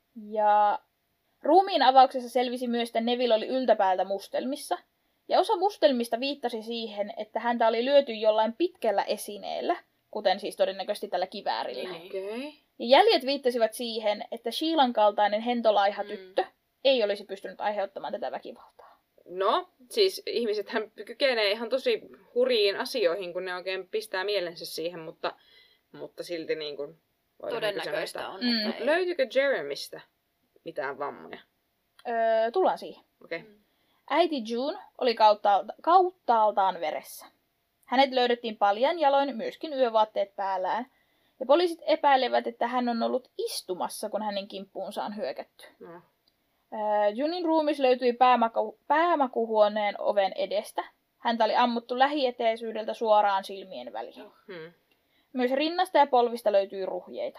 Speaker 1: Ja ruumiin avauksessa selvisi myös, että Neville oli yltäpäältä mustelmissa. Ja osa mustelmista viittasi siihen, että häntä oli lyöty jollain pitkällä esineellä, kuten siis todennäköisesti tällä kiväärillä.
Speaker 2: Okay.
Speaker 1: Ja jäljet viittasivat siihen, että Sheilan kaltainen hentolaiha tyttö ei olisi pystynyt aiheuttamaan tätä väkivaltaa.
Speaker 2: No, siis ihmisethän kykenee ihan tosi hurjiin asioihin, kun ne oikein pistää mielensä siihen, mutta silti niin kuin...
Speaker 3: Todennäköistä on. Että
Speaker 2: löytyykö Jeremystä mitään vammoja?
Speaker 1: Tullaan siihen.
Speaker 2: Okei. Okay.
Speaker 1: Äiti June oli kauttaaltaan veressä. Hänet löydettiin paljan jaloin, myöskin yövaatteet päällään. Ja poliisit epäilevät, että hän on ollut istumassa, kun hänen kimppuunsa on hyökätty.
Speaker 2: No.
Speaker 1: Junin ruumis löytyi päämakuhuoneen oven edestä. Häntä oli ammuttu lähietäisyydeltä suoraan silmien väliin. Myös rinnasta ja polvista löytyi ruhjeita.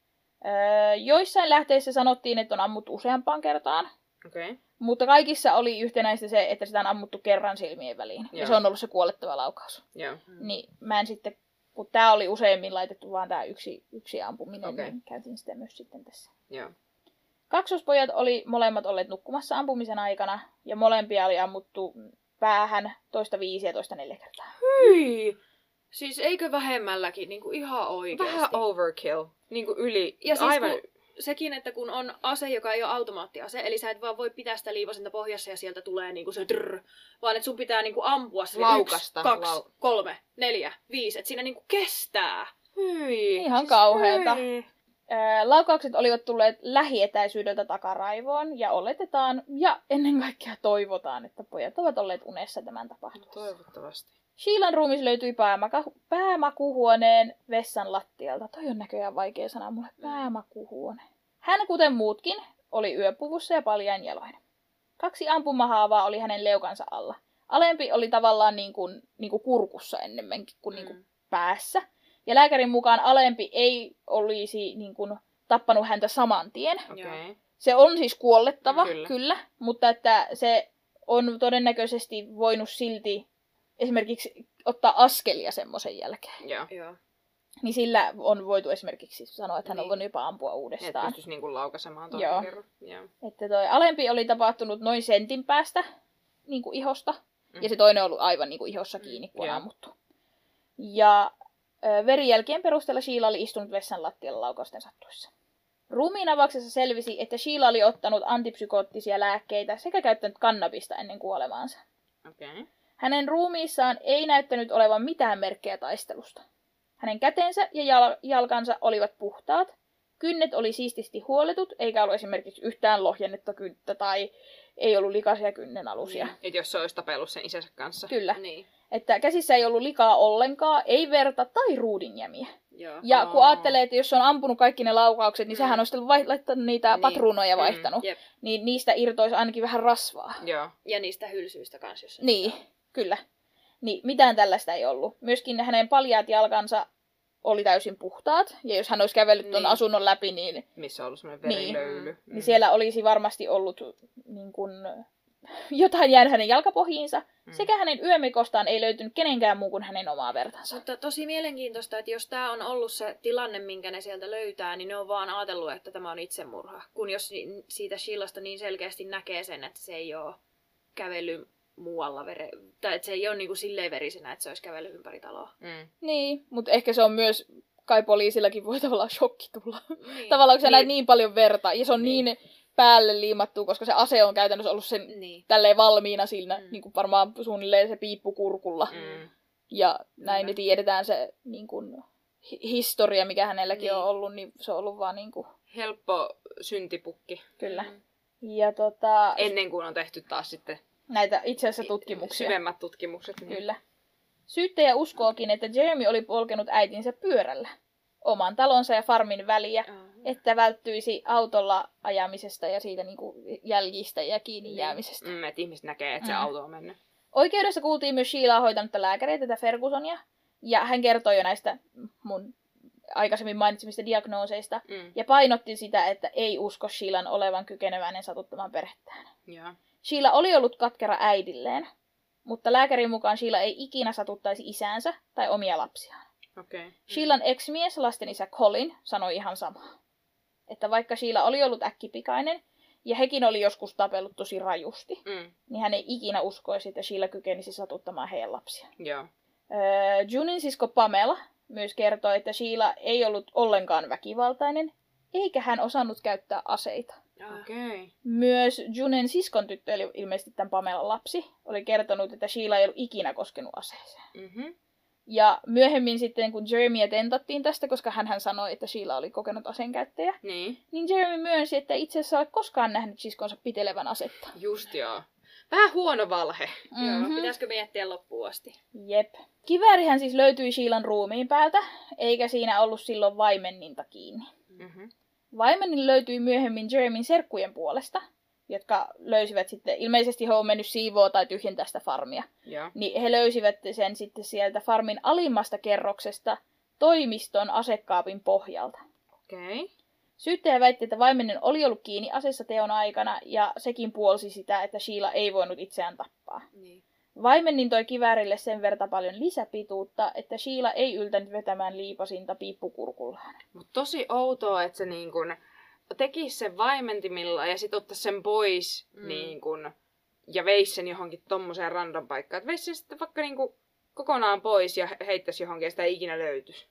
Speaker 1: Joissain lähteissä sanottiin, että on ammuttu useampaan kertaan.
Speaker 2: Okay.
Speaker 1: Mutta kaikissa oli yhtenäistä se, että sitä on ammuttu kerran silmien väliin. Ja se on ollut se kuolettava laukaus. Niin mä en sitten, kun tää oli useimmin laitettu vaan tää yksi ampuminen, niin käytin sitä myös sitten tässä.
Speaker 2: Joo.
Speaker 1: Kaksospojat oli molemmat olleet nukkumassa ampumisen aikana. Ja molempia oli ammuttu päähän toista 5 ja toista 4 kertaa.
Speaker 3: Hyi! Siis eikö vähemmälläkin? Niinku ihan oikeesti.
Speaker 2: Vähän overkill. Niinku yli.
Speaker 3: Ja siis
Speaker 2: aivan...
Speaker 3: sekin, että kun on ase, joka ei ole automaattiase, eli sä et vaan voi pitää sitä liivasinta pohjassa ja sieltä tulee niinku se drrr, vaan että sun pitää niinku ampua sille
Speaker 2: laukasta.
Speaker 3: 1, 2, 3, 4, 5, että siinä niinku kestää.
Speaker 2: Hyi.
Speaker 1: Ihan kauheeta. Laukaukset olivat tulleet lähietäisyydeltä takaraivoon ja oletetaan ja ennen kaikkea toivotaan, että pojat ovat olleet unessa tämän tapahtuessa.
Speaker 2: Toivottavasti.
Speaker 1: Sheilan ruumis löytyi päämakuhuoneen vessan lattialta. Toi on näköjään vaikea sana mulle. Päämakuhuone. Hän, kuten muutkin, oli yöpuvussa ja paljain jaloin. 2 ampumahaavaa oli hänen leukansa alla. Alempi oli tavallaan niin kuin kurkussa ennemminkin kuin, niin kuin päässä. Ja lääkärin mukaan alempi ei olisi niin kuin tappanut häntä saman tien.
Speaker 2: Okay.
Speaker 1: Se on siis kuollettava, kyllä, mutta että se on todennäköisesti voinut silti esimerkiksi ottaa askelia semmoisen jälkeen.
Speaker 3: Joo.
Speaker 1: Niin sillä on voitu esimerkiksi sanoa, että hän on voinut jopa ampua uudestaan.
Speaker 2: Että pystyisi niinku laukaisemaan toinen kerran. Joo.
Speaker 1: Että toi alempi oli tapahtunut noin sentin päästä niin kuin ihosta. Ja se toinen on ollut aivan niin kuin ihossa kiinni, kun on ammuttu. Ja verijälkien perusteella Sheila oli istunut vessan lattialla laukausten sattuessa. Ruumiin avauksessa selvisi, että Sheila oli ottanut antipsykoottisia lääkkeitä sekä käyttänyt kannabista ennen kuolemaansa.
Speaker 2: Okei.
Speaker 1: Hänen ruumiissaan ei näyttänyt olevan mitään merkkejä taistelusta. Hänen kätensä ja jalkansa olivat puhtaat, kynnet oli siististi huoletut, eikä ollut esimerkiksi yhtään lohjennetta kynttä tai ei ollut likaisia kynnenalusia.
Speaker 2: Et jos se olisi tapellut sen isänsä kanssa.
Speaker 1: Kyllä.
Speaker 3: Niin.
Speaker 1: Että käsissä ei ollut likaa ollenkaan, ei verta tai ruudinjämiä.
Speaker 3: Joo.
Speaker 1: Ja kun ajattelee, että jos se on ampunut kaikki ne laukaukset, niin sehän on sitten laittanut niitä patruunoja vaihtanut.
Speaker 3: Jep.
Speaker 1: Niin niistä irtoisi ainakin vähän rasvaa.
Speaker 2: Joo.
Speaker 3: Ja niistä hylsyistä kanssa, jos
Speaker 1: Niin, kyllä. Niin, mitään tällaista ei ollut. Myöskin hänen paljaat jalkansa oli täysin puhtaat. Ja jos hän olisi kävellyt tuon asunnon läpi, niin...
Speaker 2: Missä on ollut semmoinen verilöyly.
Speaker 1: Niin siellä olisi varmasti ollut niin kun, jotain jäänyt hänen jalkapohjiinsa. Sekä hänen yömekostaan ei löytynyt kenenkään muu kuin hänen omaa vertansa.
Speaker 3: Mutta tosi mielenkiintoista, että jos tämä on ollut se tilanne, minkä ne sieltä löytää, niin ne on vaan ajatellut, että tämä on itsemurha. Kun jos siitä Sheilasta niin selkeästi näkee sen, että se ei ole kävellyt muualla tai että se ei ole niin kuin silleen verisenä, että se olisi kävellyt ympäri taloa.
Speaker 1: Niin, mutta ehkä se on myös, kai poliisillakin voi tavallaan shokki tulla.
Speaker 3: Niin.
Speaker 1: Tavallaan kun sä näet niin paljon verta ja se on niin päälle liimattu, koska se ase on käytännössä ollut sen tälleen valmiina siinä, niin kuin varmaan suunnilleen se piippu kurkulla. Ja näin me tiedetään se niin kuin, historia, mikä hänelläkin on ollut, niin se on ollut vaan niin kuin...
Speaker 2: Helppo syntipukki.
Speaker 1: Kyllä. Ja
Speaker 2: ennen kuin on tehty taas sitten
Speaker 1: näitä itse asiassa tutkimuksia.
Speaker 2: syvemmät tutkimukset. Niin.
Speaker 1: Kyllä. Syyttäjä uskookin, että Jeremy oli polkenut äitinsä pyörällä oman talonsa ja farmin väliä, että välttyisi autolla ajamisesta ja siitä niinku jäljistä ja kiinni jäämisestä.
Speaker 2: Että ihmiset näkee, että se auto on mennyt.
Speaker 1: Oikeudessa kuultiin myös Sheilaa hoitanutta lääkäriä, tätä Fergusonia, ja hän kertoi jo näistä mun aikaisemmin mainitsemista diagnooseista, ja painotti sitä, että ei usko Sheilan olevan kykeneväinen satuttamaan perhettään.
Speaker 2: Ja.
Speaker 1: Sheila oli ollut katkera äidilleen, mutta lääkärin mukaan Sheila ei ikinä satuttaisi isäänsä tai omia lapsiaan.
Speaker 2: Okay.
Speaker 1: Sheilan ex-mies, lasten isä Colin, sanoi ihan samaa. Että vaikka Sheila oli ollut äkkipikainen, ja hekin oli joskus tapellut tosi rajusti, niin hän ei ikinä uskoisi, että Sheila kykenisi satuttamaan heidän lapsiaan.
Speaker 2: Joo.
Speaker 1: Junin sisko Pamela myös kertoi, että Sheila ei ollut ollenkaan väkivaltainen, eikä hän osannut käyttää aseita.
Speaker 2: Okay.
Speaker 1: Myös Junen siskon tyttö, eli ilmeisesti tämän Pamelan lapsi, oli kertonut, että Sheila ei ollut ikinä koskenut aseeseen. Ja myöhemmin sitten, kun Jeremyä tentattiin tästä, koska hän sanoi, että Sheila oli kokenut aseenkäyttäjä, niin Jeremy myönsi, että itse asiassa ei ole koskaan nähnyt siskonsa pitelevän asetta.
Speaker 2: Just joo. Vähän huono valhe.
Speaker 3: Joo, pitäisikö miettiä loppuun asti?
Speaker 1: Jep. Kiväärihän siis löytyi Sheilan ruumiin päältä, eikä siinä ollut silloin vaimenninta kiinni. Vaimennin löytyi myöhemmin Jeremyn serkkujen puolesta, jotka löysivät sitten, ilmeisesti he on mennyt siivoa tai tyhjentää sitä farmia.
Speaker 2: Ja.
Speaker 1: Niin he löysivät sen sitten sieltä farmin alimmasta kerroksesta toimiston asekaapin pohjalta.
Speaker 2: Okay.
Speaker 1: Syyttäjä väitti, että vaimennen oli ollut kiinni aseessa teon aikana ja sekin puolsi sitä, että Sheila ei voinut itseään tappaa.
Speaker 3: Niin.
Speaker 1: Vaimennin toi kiväärille sen verta paljon lisäpituutta, että Sheila ei yltänyt vetämään liipasinta piippukurkullaan.
Speaker 2: Mut tosi outoa, että se niin kun tekisi sen vaimentimilla ja sit ottaisi sen pois niin kun, ja veisi sen johonkin tommoseen random paikkaan. Että veisi sen sitten vaikka niin kun kokonaan pois ja heittäisi johonkin ja sitä ei ikinä löytyisi.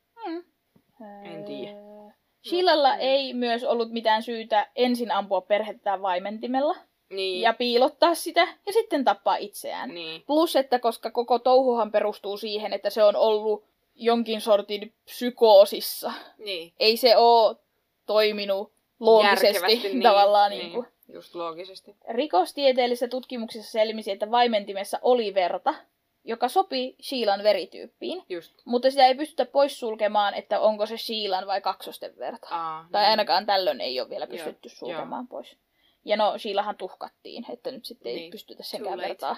Speaker 2: En tiedä.
Speaker 1: Sheilalla ei myös ollut mitään syytä ensin ampua perhettään vaimentimella.
Speaker 2: Niin.
Speaker 1: Ja piilottaa sitä ja sitten tappaa itseään.
Speaker 2: Niin.
Speaker 1: Plus, että koska koko touhuhan perustuu siihen, että se on ollut jonkin sortin psykoosissa.
Speaker 3: Niin.
Speaker 1: Ei se ole toiminut loogisesti tavallaan. Niin kuin.
Speaker 2: Just loogisesti.
Speaker 1: Rikostieteellisessä tutkimuksessa selvisi, että vaimentimessa oli verta, joka sopi Sheilan verityyppiin.
Speaker 2: Just.
Speaker 1: Mutta sitä ei pystytä poissulkemaan, että onko se Sheilan vai kaksosten verta. Tai ainakaan tällöin ei ole vielä pystytty sulkemaan pois. Ja no, Sheilahan tuhkattiin, että nyt sitten ei pystytä senkään vertaa.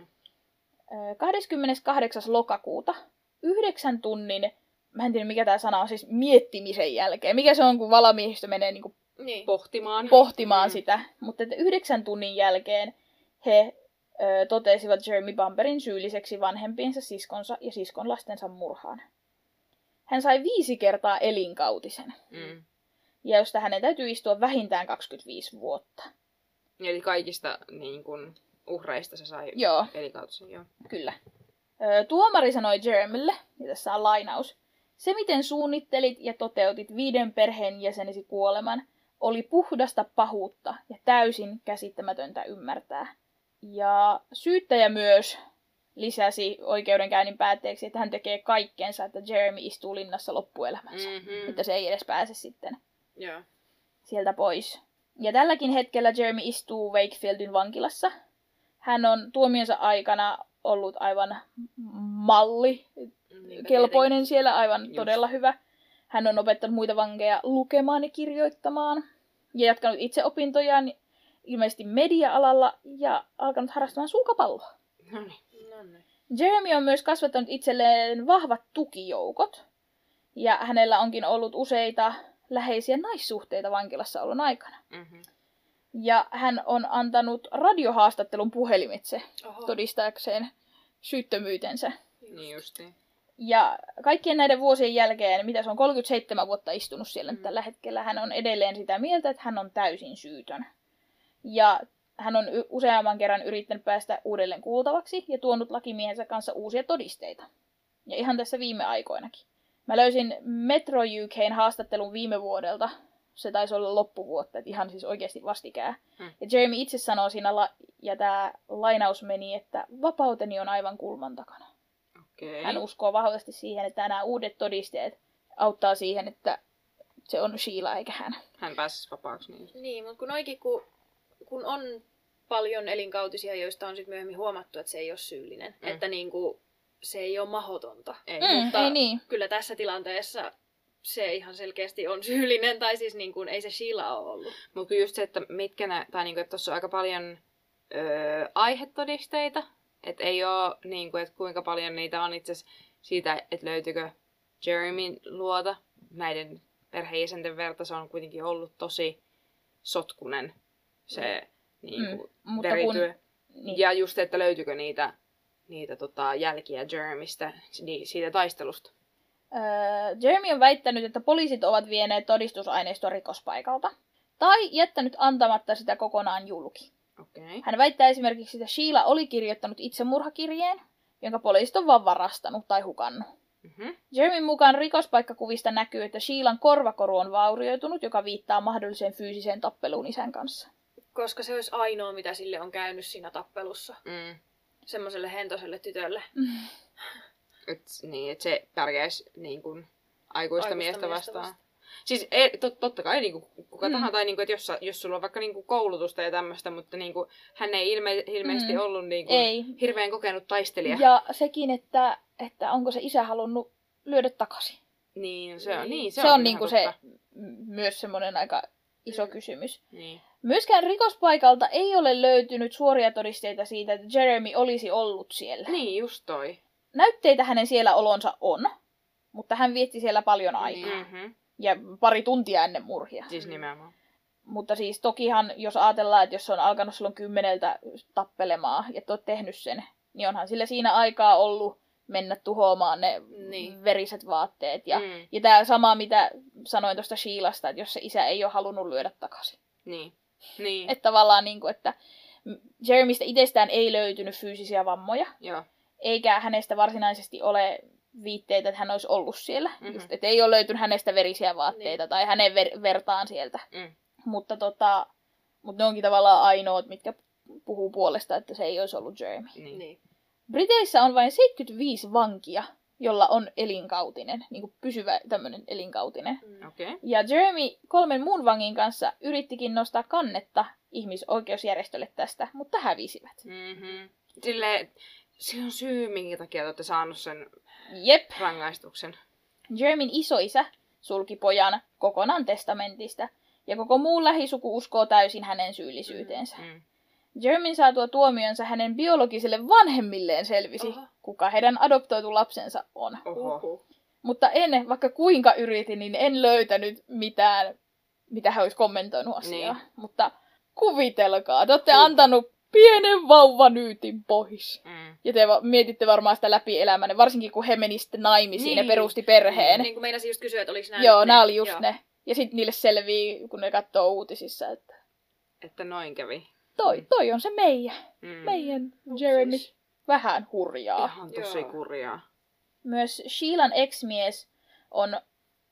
Speaker 1: 28. lokakuuta 9 tunnin, mä en tiedä mikä tää sana on, siis miettimisen jälkeen. Mikä se on, kun valamiehistö menee niinku pohtimaan sitä. Mutta 9 tunnin jälkeen he totesivat Jeremy Bamberin syylliseksi vanhempiensa siskonsa ja siskon lastensa murhaan. Hän sai 5 kertaa elinkautisen. Ja josta hänen täytyy istua vähintään 25 vuotta.
Speaker 2: Eli kaikista niin kun, uhreista se sai elinkautisen. Joo.
Speaker 1: Kyllä. Tuomari sanoi Jeremylle, ja tässä on lainaus, se miten suunnittelit ja toteutit 5 perheenjäsenesi kuoleman, oli puhdasta pahuutta ja täysin käsittämätöntä ymmärtää. Ja syyttäjä myös lisäsi oikeudenkäynnin päätteeksi, että hän tekee kaikkensa, että Jeremy istuu linnassa loppuelämänsä. Että se ei edes pääse sitten sieltä pois. Ja tälläkin hetkellä Jeremy istuu Wakefieldin vankilassa. Hän on tuomionsa aikana ollut aivan malli, kelpoinen siellä, aivan todella hyvä. Hän on opettanut muita vankeja lukemaan ja kirjoittamaan. Ja jatkanut itse opintojaan ilmeisesti media-alalla ja alkanut harrastamaan sulkapalloa. Jeremy on myös kasvattanut itselleen vahvat tukijoukot. Ja hänellä onkin ollut useita läheisiä naissuhteita vankilassa olon aikana. Ja hän on antanut radiohaastattelun puhelimitse todistaakseen syyttömyytensä.
Speaker 2: Niin justiin.
Speaker 1: Ja kaikkien näiden vuosien jälkeen, mitä se on 37 vuotta istunut siellä tällä hetkellä, hän on edelleen sitä mieltä, että hän on täysin syytön. Ja hän on useamman kerran yrittänyt päästä uudelleen kuultavaksi ja tuonut lakimiehensä kanssa uusia todisteita. Ja ihan tässä viime aikoinakin. Mä löysin Metro UK:n haastattelun viime vuodelta. Se taisi olla loppuvuotta, että ihan siis oikeasti vastikään. Ja Jeremy itse sanoo siinä, ja tämä lainaus meni, että vapauteni on aivan kulman takana.
Speaker 2: Okay.
Speaker 1: Hän uskoo vahvasti siihen, että nämä uudet todisteet auttaa siihen, että se on Sheila eikä hän.
Speaker 2: Hän pääsisi vapaaksi.
Speaker 3: Niin, mutta kun on paljon elinkautisia, joista on sitten myöhemmin huomattu, että se ei ole syyllinen. Että niinku, se ei ole mahdotonta. Mutta
Speaker 1: ei niin.
Speaker 3: Kyllä tässä tilanteessa se ihan selkeästi on syyllinen, tai siis niin kuin, ei se Sheila ole ollut.
Speaker 2: Mutta just se, että että tuossa on aika paljon aihetodisteita, että ei ole, niin kuin, että kuinka paljon niitä on itse asiassa siitä, että löytyykö Jeremyn luota näiden perheenjäsenten verta, se on kuitenkin ollut tosi sotkunen se niin kuin, verityö. Niin. Ja just, että löytyykö niitä jälkiä Jeremystä siitä taistelusta.
Speaker 1: Jeremy on väittänyt, että poliisit ovat vieneet todistusaineistoa rikospaikalta tai jättänyt antamatta sitä kokonaan julki.
Speaker 2: Okay.
Speaker 1: Hän väittää esimerkiksi, että Sheila oli kirjoittanut itsemurhakirjeen, jonka poliisit on vaan varastanut tai hukannut. Jeremyn mukaan rikospaikkakuvista näkyy, että Sheilan korvakoru on vaurioitunut, joka viittaa mahdolliseen fyysiseen tappeluun isän kanssa.
Speaker 3: Koska se olisi ainoa, mitä sille on käynyt siinä tappelussa. Semmoiselle hentoselle tytölle.
Speaker 2: Että se pärjäisi niin kuin aikuista miestä vastaan. Siis totta kai niin kuin, kuka tahansa, tai niin kuin, että jos sulla on vaikka niin kuin koulutusta ja tämmöistä, mutta niin kuin, hän ei ilmeisesti ollut niin kuin, hirveän kokenut taistelija.
Speaker 1: Ja sekin, että onko se isä halunnut lyödä takaisin.
Speaker 2: Niin, se
Speaker 1: on niin kuin se myös semmoinen aika iso kysymys.
Speaker 2: Niin.
Speaker 1: Myöskään rikospaikalta ei ole löytynyt suoria todisteita siitä, että Jeremy olisi ollut siellä.
Speaker 2: Niin, just toi.
Speaker 1: Näytteitä hänen siellä olonsa on, mutta hän vietti siellä paljon aikaa. Ja pari tuntia ennen murhia.
Speaker 2: Siis nimenomaan.
Speaker 1: Mutta siis tokihan, jos ajatellaan, että jos se on alkanut silloin 10 tappelemaan ja olet tehnyt sen, niin onhan sillä siinä aikaa ollut mennä tuhoamaan ne veriset vaatteet. Ja tämä sama, mitä sanoin tuosta Sheilasta, että jos se isä ei ole halunnut lyödä takaisin.
Speaker 2: Niin.
Speaker 1: Että tavallaan, niin kuin, että Jeremystä itsestään ei löytynyt fyysisiä vammoja.
Speaker 2: Joo.
Speaker 1: Eikä hänestä varsinaisesti ole viitteitä, että hän olisi ollut siellä. Just, että ei ole löytynyt hänestä verisiä vaatteita tai hänen vertaan sieltä. Mutta ne onkin tavallaan ainoat, mitkä puhuu puolesta, että se ei olisi ollut Jeremy.
Speaker 2: Niin.
Speaker 1: Briteissä on vain 75 vankia, jolla on elinkautinen, niin kuin pysyvä tämmöinen elinkautinen.
Speaker 2: Okay.
Speaker 1: Ja Jeremy 3 muun vangin kanssa yrittikin nostaa kannetta ihmisoikeusjärjestölle tästä, mutta hävisivät.
Speaker 2: Silleen, se on syy, minkä takia te olette saanut sen rangaistuksen.
Speaker 1: Jeremyn isoisä sulki pojan kokonaan testamentista, ja koko muu lähisuku uskoo täysin hänen syyllisyyteensä. Jeremyn saatua tuomionsa hänen biologisille vanhemmilleen selvisi, kuka heidän adoptoitu lapsensa on. Mutta vaikka kuinka yritin, niin en löytänyt mitään, mitä hän olisi kommentoinut asiaa. Niin. Mutta kuvitelkaa, te olette antanut pienen vauvanyytin pois. Ja te mietitte varmaan sitä läpi elämänne, varsinkin kun he meni sitten naimisiin ja perusti perheen.
Speaker 3: Niin kuin meinasin just kysyä, että oliko nämä
Speaker 1: Joo, nämä oli just ne. Ja sitten niille selvii, kun ne katsoo uutisissa,
Speaker 2: että noin kävi.
Speaker 1: Toi on se meidän Jeremy. Vähän hurjaa.
Speaker 2: Ihan tosi kurjaa.
Speaker 1: Myös Sheilan ex-mies on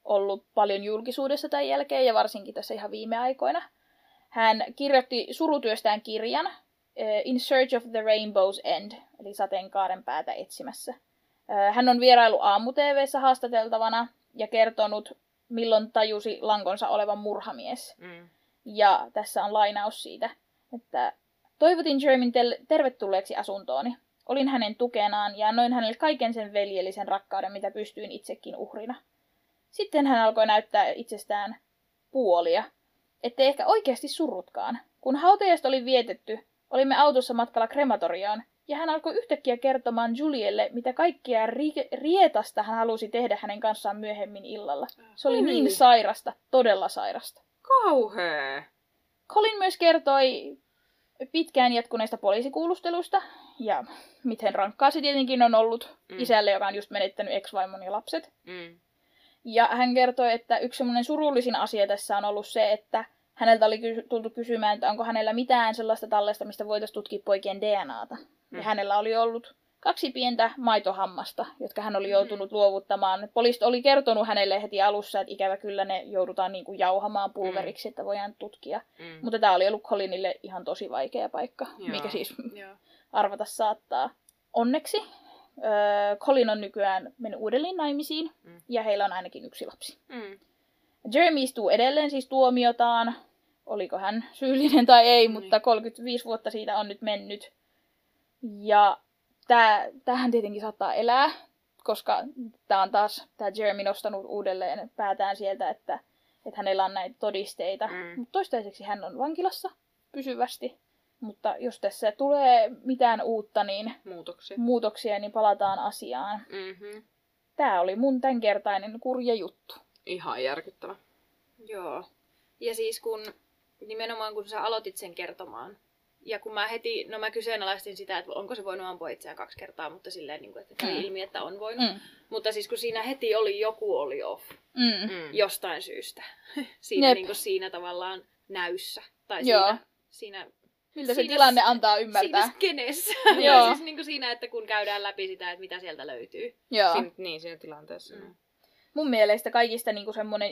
Speaker 1: ollut paljon julkisuudessa tämän jälkeen ja varsinkin tässä ihan viime aikoina. Hän kirjoitti surutyöstään kirjan In Search of the Rainbow's End, eli sateenkaaren päätä etsimässä. Hän on vierailu aamu-tv:ssä haastateltavana ja kertonut, milloin tajusi lankonsa olevan murhamies. Ja tässä on lainaus siitä, että toivotin Jeremyn tervetulleeksi asuntooni. Olin hänen tukenaan ja annoin hänelle kaiken sen veljellisen rakkauden, mitä pystyin itsekin uhrina. Sitten hän alkoi näyttää itsestään puolia, ettei ehkä oikeasti surrutkaan. Kun hautajaiset oli vietetty, olimme autossa matkalla krematorioon, ja hän alkoi yhtäkkiä kertomaan Julielle, mitä kaikkea rietasta hän halusi tehdä hänen kanssaan myöhemmin illalla. Se oli niin sairasta, todella sairasta.
Speaker 2: Kauhea!
Speaker 1: Colin myös kertoi pitkään jatkuneista poliisikuulusteluista, ja miten rankkaa se tietenkin on ollut isälle, joka on just menettänyt ex-vaimon ja lapset. Ja hän kertoi, että yksi semmoinen surullisin asia tässä on ollut se, että häneltä oli tultu kysymään, että onko hänellä mitään sellaista tallesta, mistä voitaisiin tutkia poikien DNAta. Ja hänellä oli ollut 2 pientä maitohammasta, jotka hän oli joutunut luovuttamaan. Poliisit oli kertonut hänelle heti alussa, että ikävä kyllä ne joudutaan niin kuin jauhamaan pulveriksi, että voidaan tutkia. Mutta tämä oli ollut Colinille ihan tosi vaikea paikka, mikä siis arvata saattaa. Onneksi Colin on nykyään mennyt uudelleen naimisiin ja heillä on ainakin 1 lapsi. Jeremy istuu edelleen siis tuomiotaan. Oliko hän syyllinen tai ei, mutta 35 vuotta siitä on nyt mennyt. Ja tämähän tietenkin saattaa elää, koska tämä on taas Jeremy nostanut uudelleen päätään sieltä, että hänellä on näitä todisteita. Mutta toistaiseksi hän on vankilassa pysyvästi. Mutta jos tässä tulee mitään uutta, niin muutoksia niin palataan asiaan. Tämä oli mun tämänkertainen kurja juttu.
Speaker 2: Ihan järkyttävä.
Speaker 3: Joo. Ja siis nimenomaan kun sä aloitit sen kertomaan, ja kun mä kyseenalaistin sitä, että onko se voinut ampua itseään 2 kertaa, mutta silleen, että kävi ilmi, että on voinut. Mutta siis kun siinä heti joku oli off jostain syystä. Siinä tavallaan näyssä. Tai siinä
Speaker 1: miltä se tilanne antaa ymmärtää.
Speaker 3: Siinä skenessä. Ja siis siinä, että kun käydään läpi sitä, että mitä sieltä löytyy.
Speaker 2: Siinä tilanteessa.
Speaker 1: Mun mielestä kaikista semmoinen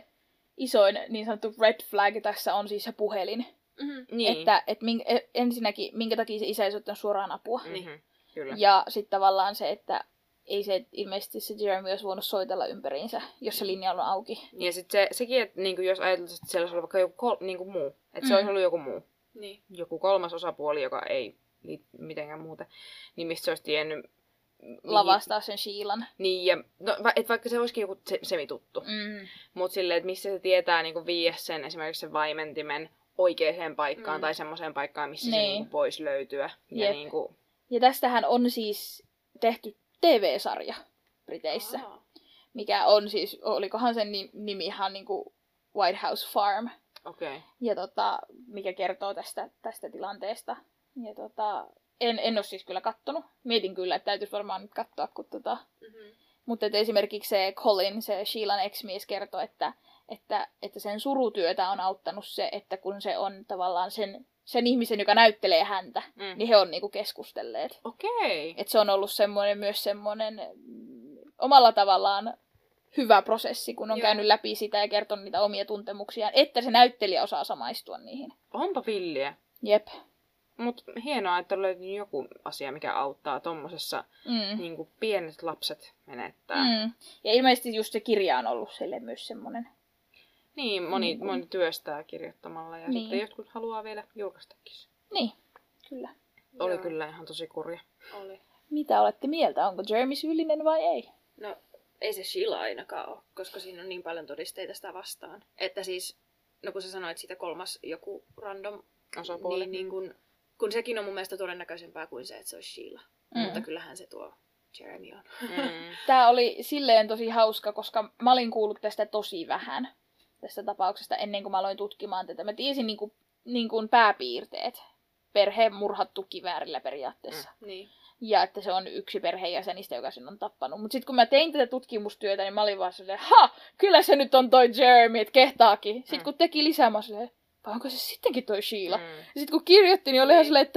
Speaker 1: isoin niin sanottu red flag tässä on siis se puhelin.
Speaker 2: Niin.
Speaker 1: Että ensinnäkin, minkä takia se isä ei ottanut suoraan apua.
Speaker 2: Kyllä.
Speaker 1: Ja sitten tavallaan se, että ei se ilmeisesti se Jeremy olisi voinut soitella ympäriinsä, jos se linja on auki.
Speaker 2: Ja sitten sekin, että jos ajatellaan, että siellä olisi ollut vaikka joku muu. Että se olisi ollut joku muu.
Speaker 3: Niin.
Speaker 2: Joku 3. osapuoli, joka ei mitenkään muuta. Niin mistä se olisi tiennyt
Speaker 1: lavastaa sen Sheilan.
Speaker 2: Niin, ja vaikka se olisikin joku semituttu. Mutta silleen, että missä se tietää viiä sen esimerkiksi sen vaimentimen oikeaan paikkaan tai semmoiseen paikkaan, missä se voisi löytyä.
Speaker 1: Ja tästähän on siis tehty TV-sarja Briteissä. Mikä on siis, olikohan sen nimi ihan White House Farm.
Speaker 2: Okay.
Speaker 1: Ja mikä kertoo tästä tilanteesta. Ja en ole siis kyllä kattonut. Mietin kyllä, että täytyisi varmaan nyt katsoa, kun Mutta esimerkiksi se Colin, se Sheilan ex-mies kertoo, että sen surutyötä on auttanut se, että kun se on tavallaan sen ihmisen, joka näyttelee häntä, niin he on keskustelleet.
Speaker 2: Okei.
Speaker 1: Että se on ollut myös semmoinen omalla tavallaan hyvä prosessi, kun on käynyt läpi sitä ja kertonut niitä omia tuntemuksiaan, että se näyttelijä osaa samaistua niihin.
Speaker 2: Onpa villiä.
Speaker 1: Jep.
Speaker 2: Mutta hienoa, että on löytynyt joku asia, mikä auttaa tommosessa pienet lapset menettää.
Speaker 1: Ja ilmeisesti just se kirja on ollut sille myös semmoinen.
Speaker 2: Niin, moni työstää kirjoittamalla ja sitten jotkut haluaa vielä julkaistakin.
Speaker 1: Niin, kyllä.
Speaker 2: Oli kyllä ihan tosi kurja.
Speaker 3: Oli.
Speaker 1: Mitä olette mieltä? Onko Jeremy syyllinen vai ei?
Speaker 3: No, ei se Sheila ainakaan ole, koska siinä on niin paljon todisteita sitä vastaan. Että siis, no kun sä sanoit siitä 3. joku random osapuoli, niin kun sekin on mun mielestä todennäköisempää kuin se, että se olisi Sheila. Mutta kyllähän se tuo Jeremy on.
Speaker 1: Tää oli silleen tosi hauska, koska mä olin kuullut tästä tosi vähän. Tästä tapauksesta ennen kuin mä aloin tutkimaan tätä. Mä tiesin niin kuin pääpiirteet. Perhe murhattu kiväärillä periaatteessa.
Speaker 3: Niin.
Speaker 1: Ja että se on yksi perheenjäsenistä, joka sen on tappanut. Mutta sitten kun mä tein tätä tutkimustyötä, niin mä olin vaan silleen, kyllä se nyt on toi Jeremy, että kehtaakin. Sitten kun teki lisää, mä silleen, vai onko se sittenkin toi Sheila? Ja sitten kun kirjoitti, niin oli ihan silleen, että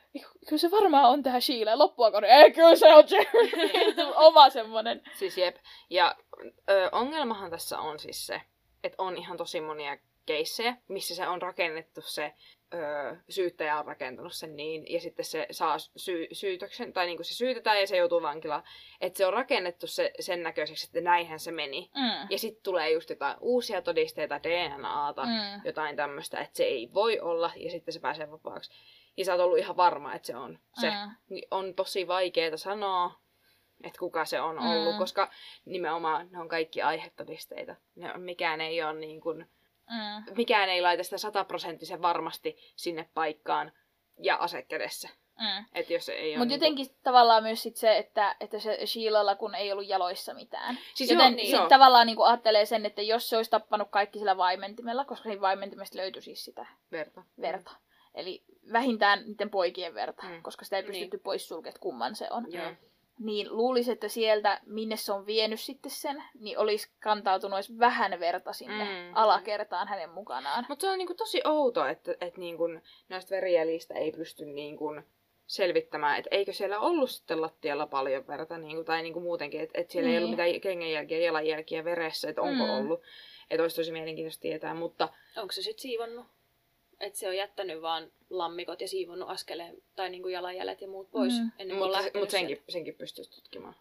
Speaker 1: Kyllä se varmaan on tähän Sheila. Loppua kun ei, kyllä se on Jerry. Oma semmonen.
Speaker 2: Siis jep. Ja ongelmahan tässä on siis se, että on ihan tosi monia keissejä, missä se on rakennettu se, syyttäjä on rakentanut sen niin, ja sitten se saa syytöksen, tai niinku se syytetään ja se joutuu vankilaan. Että se on rakennettu sen näköiseksi, että näinhän se meni. Ja sitten tulee just jotain uusia todisteita, DNAta, jotain tämmöistä, että se ei voi olla, ja sitten se pääsee vapaaksi. Ja sä oot ollut ihan varma, että se on se. Niin on tosi vaikeaa sanoa, että kuka se on ollut, koska nimenomaan ne on kaikki aihetodisteita. Mikään ei ole niin kuin, mikään ei laita sitä 100% varmasti sinne paikkaan ja ase kädessä. Että jos ei ole.
Speaker 1: Mutta jotenkin tavallaan myös sit se, että se Sheilalla kun ei ollut jaloissa mitään.
Speaker 2: Siis
Speaker 1: joten sit tavallaan niinku ajattelee sen, että jos se olisi tappanut kaikki sillä vaimentimella, koska siinä vaimentimesta löytyi siis sitä verta. Eli vähintään niiden poikien verta, koska sitä ei pystytty poissulkemaan, kumman se on. Niin luulisi, että sieltä, minne se on vienyt sitten sen, niin olisi kantautunut edes vähän verta sinne alakertaan hänen mukanaan.
Speaker 2: Mutta se on niinku tosi outo, että niinku näistä verijäljistä ei pysty niinku selvittämään, että eikö siellä ollut sitten lattialla paljon verta, niinku, tai niinku muutenkin, että siellä ei ollut mitään kengänjälkiä, jalanjälkiä veressä, että onko ollut. Että olisi tosi mielenkiintoista tietää, mutta...
Speaker 3: Onko se sitten siivonnut? Että se on jättänyt vaan lammikot ja siivonnut askeleen tai niinku jalanjäljet ja muut pois ennen kuin on lähtenyt.
Speaker 2: Mutta senkin pystyisi tutkimaan.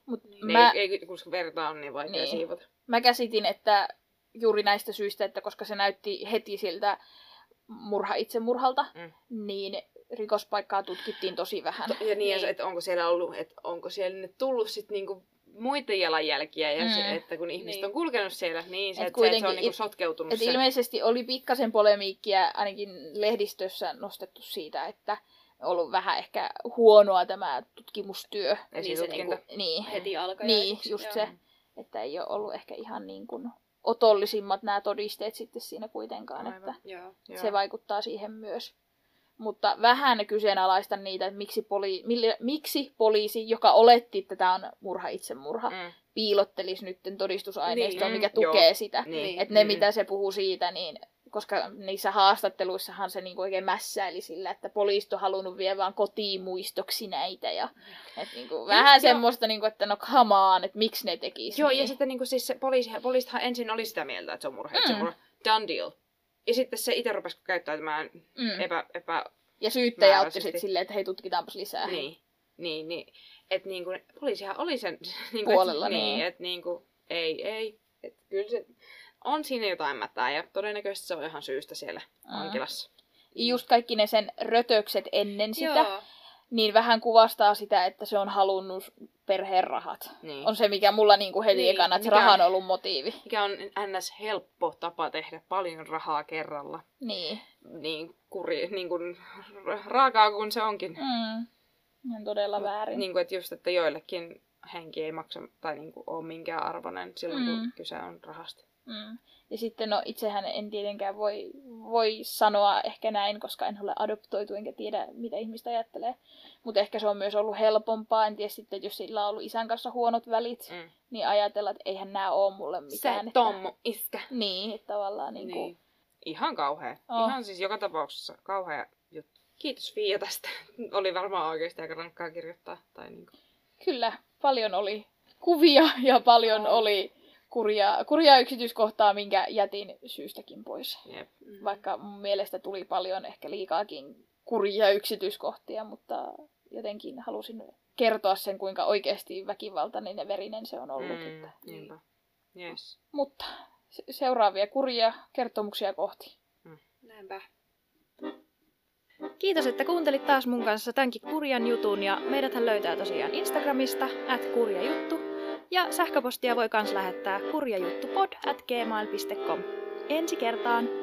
Speaker 2: Koska verta on niin vaikea siivota.
Speaker 1: Mä käsitin, että juuri näistä syistä, että koska se näytti heti siltä itsemurhalta, niin rikospaikkaa tutkittiin tosi vähän.
Speaker 2: Ja niin, että onko siellä ollut, että onko siellä nyt tullut sitten niinku muita jalanjälkiä, ja se, että kun ihmiset on kulkenut siellä, niin se, että se on niinku sotkeutunut.
Speaker 1: Et ilmeisesti oli pikkasen polemiikkia ainakin lehdistössä nostettu siitä, että on ollut vähän ehkä huonoa tämä tutkimustyö.
Speaker 2: Niin se
Speaker 1: niinku,
Speaker 3: heti alkaa.
Speaker 1: Niin, just se, että ei ole ollut ehkä ihan niin kuin otollisimmat nämä todisteet sitten siinä kuitenkaan, että se vaikuttaa siihen myös. Mutta vähän kyseenalaistan niitä, että miksi poliisi, joka oletti, että tämä on itsemurha, piilottelisi nyt todistusaineistoa, mikä tukee sitä. Että ne, mitä se puhuu siitä, niin, koska niissä haastatteluissahan se niinku oikein mässäili sillä, että poliisit on halunnut vie vaan kotiin muistoksi näitä. Ja, et niinku, vähän semmoista, niinku, että no come on, että miksi ne tekisi.
Speaker 2: Joo, niin. Ja sitten niinku, siis se poliisithan ensin oli sitä mieltä, että se on itsemurha. Done deal. Ja sitten se itse rupesi käyttäytymään
Speaker 1: ja syyttäjä otti sitten silleen, että hei, tutkitaanpas lisää.
Speaker 2: Niin. Että niinku, poliisihan oli sen niinku,
Speaker 1: puolella.
Speaker 2: Niin, että niinku, ei. Että kyllä se on siinä jotain mätää ja todennäköisesti se on ihan syystä siellä vankilassa.
Speaker 1: Just kaikki ne sen rötökset ennen sitä, niin vähän kuvastaa sitä, että se on halunnut perheen rahat. Niin. On se, mikä mulla niinku heti ekana, että se raha on ollut motiivi.
Speaker 2: Mikä on ns. Helppo tapa tehdä paljon rahaa kerralla.
Speaker 1: Niin
Speaker 2: kuin raakaa kuin se onkin.
Speaker 1: On todella väärin.
Speaker 2: Niin kuin, että just, että joillekin henki ei maksa tai niin kuin, ole minkään arvoinen silloin, kun kyse on rahasta.
Speaker 1: Ja sitten no itsehän en tietenkään voi sanoa ehkä näin, koska en ole adoptoitu enkä tiedä, mitä ihmistä ajattelee. Mutta ehkä se on myös ollut helpompaa. En tiedä sitten, jos sillä on ollut isän kanssa huonot välit, niin ajatella, että eihän nämä ole mulle mitään.
Speaker 2: Se Tommo, iskä.
Speaker 1: Niin, että tavallaan niin.
Speaker 2: Ihan kauhea. Ihan siis joka tapauksessa kauhea juttu. Kiitos Fia tästä. Oli varmaan oikeasti aika rankkaa kirjoittaa. Tai niin kuin.
Speaker 1: Kyllä, paljon oli kuvia ja paljon oli kurjaa yksityiskohtaa, minkä jätin syystäkin pois.
Speaker 2: Jep.
Speaker 1: Vaikka mun mielestä tuli paljon ehkä liikaakin kurjia yksityiskohtia, mutta jotenkin halusin kertoa sen, kuinka oikeasti väkivaltainen ja verinen se on ollut.
Speaker 2: Yes.
Speaker 1: Mutta seuraavia kurjia kertomuksia kohti.
Speaker 3: Näinpä. Kiitos, että kuuntelit taas mun kanssa tämänkin kurjan jutun, ja meidäthän löytää tosiaan Instagramista @kurjajuttu, ja sähköpostia voi kans lähettää kurjajuttupod@gmail.com. Ensi kertaan!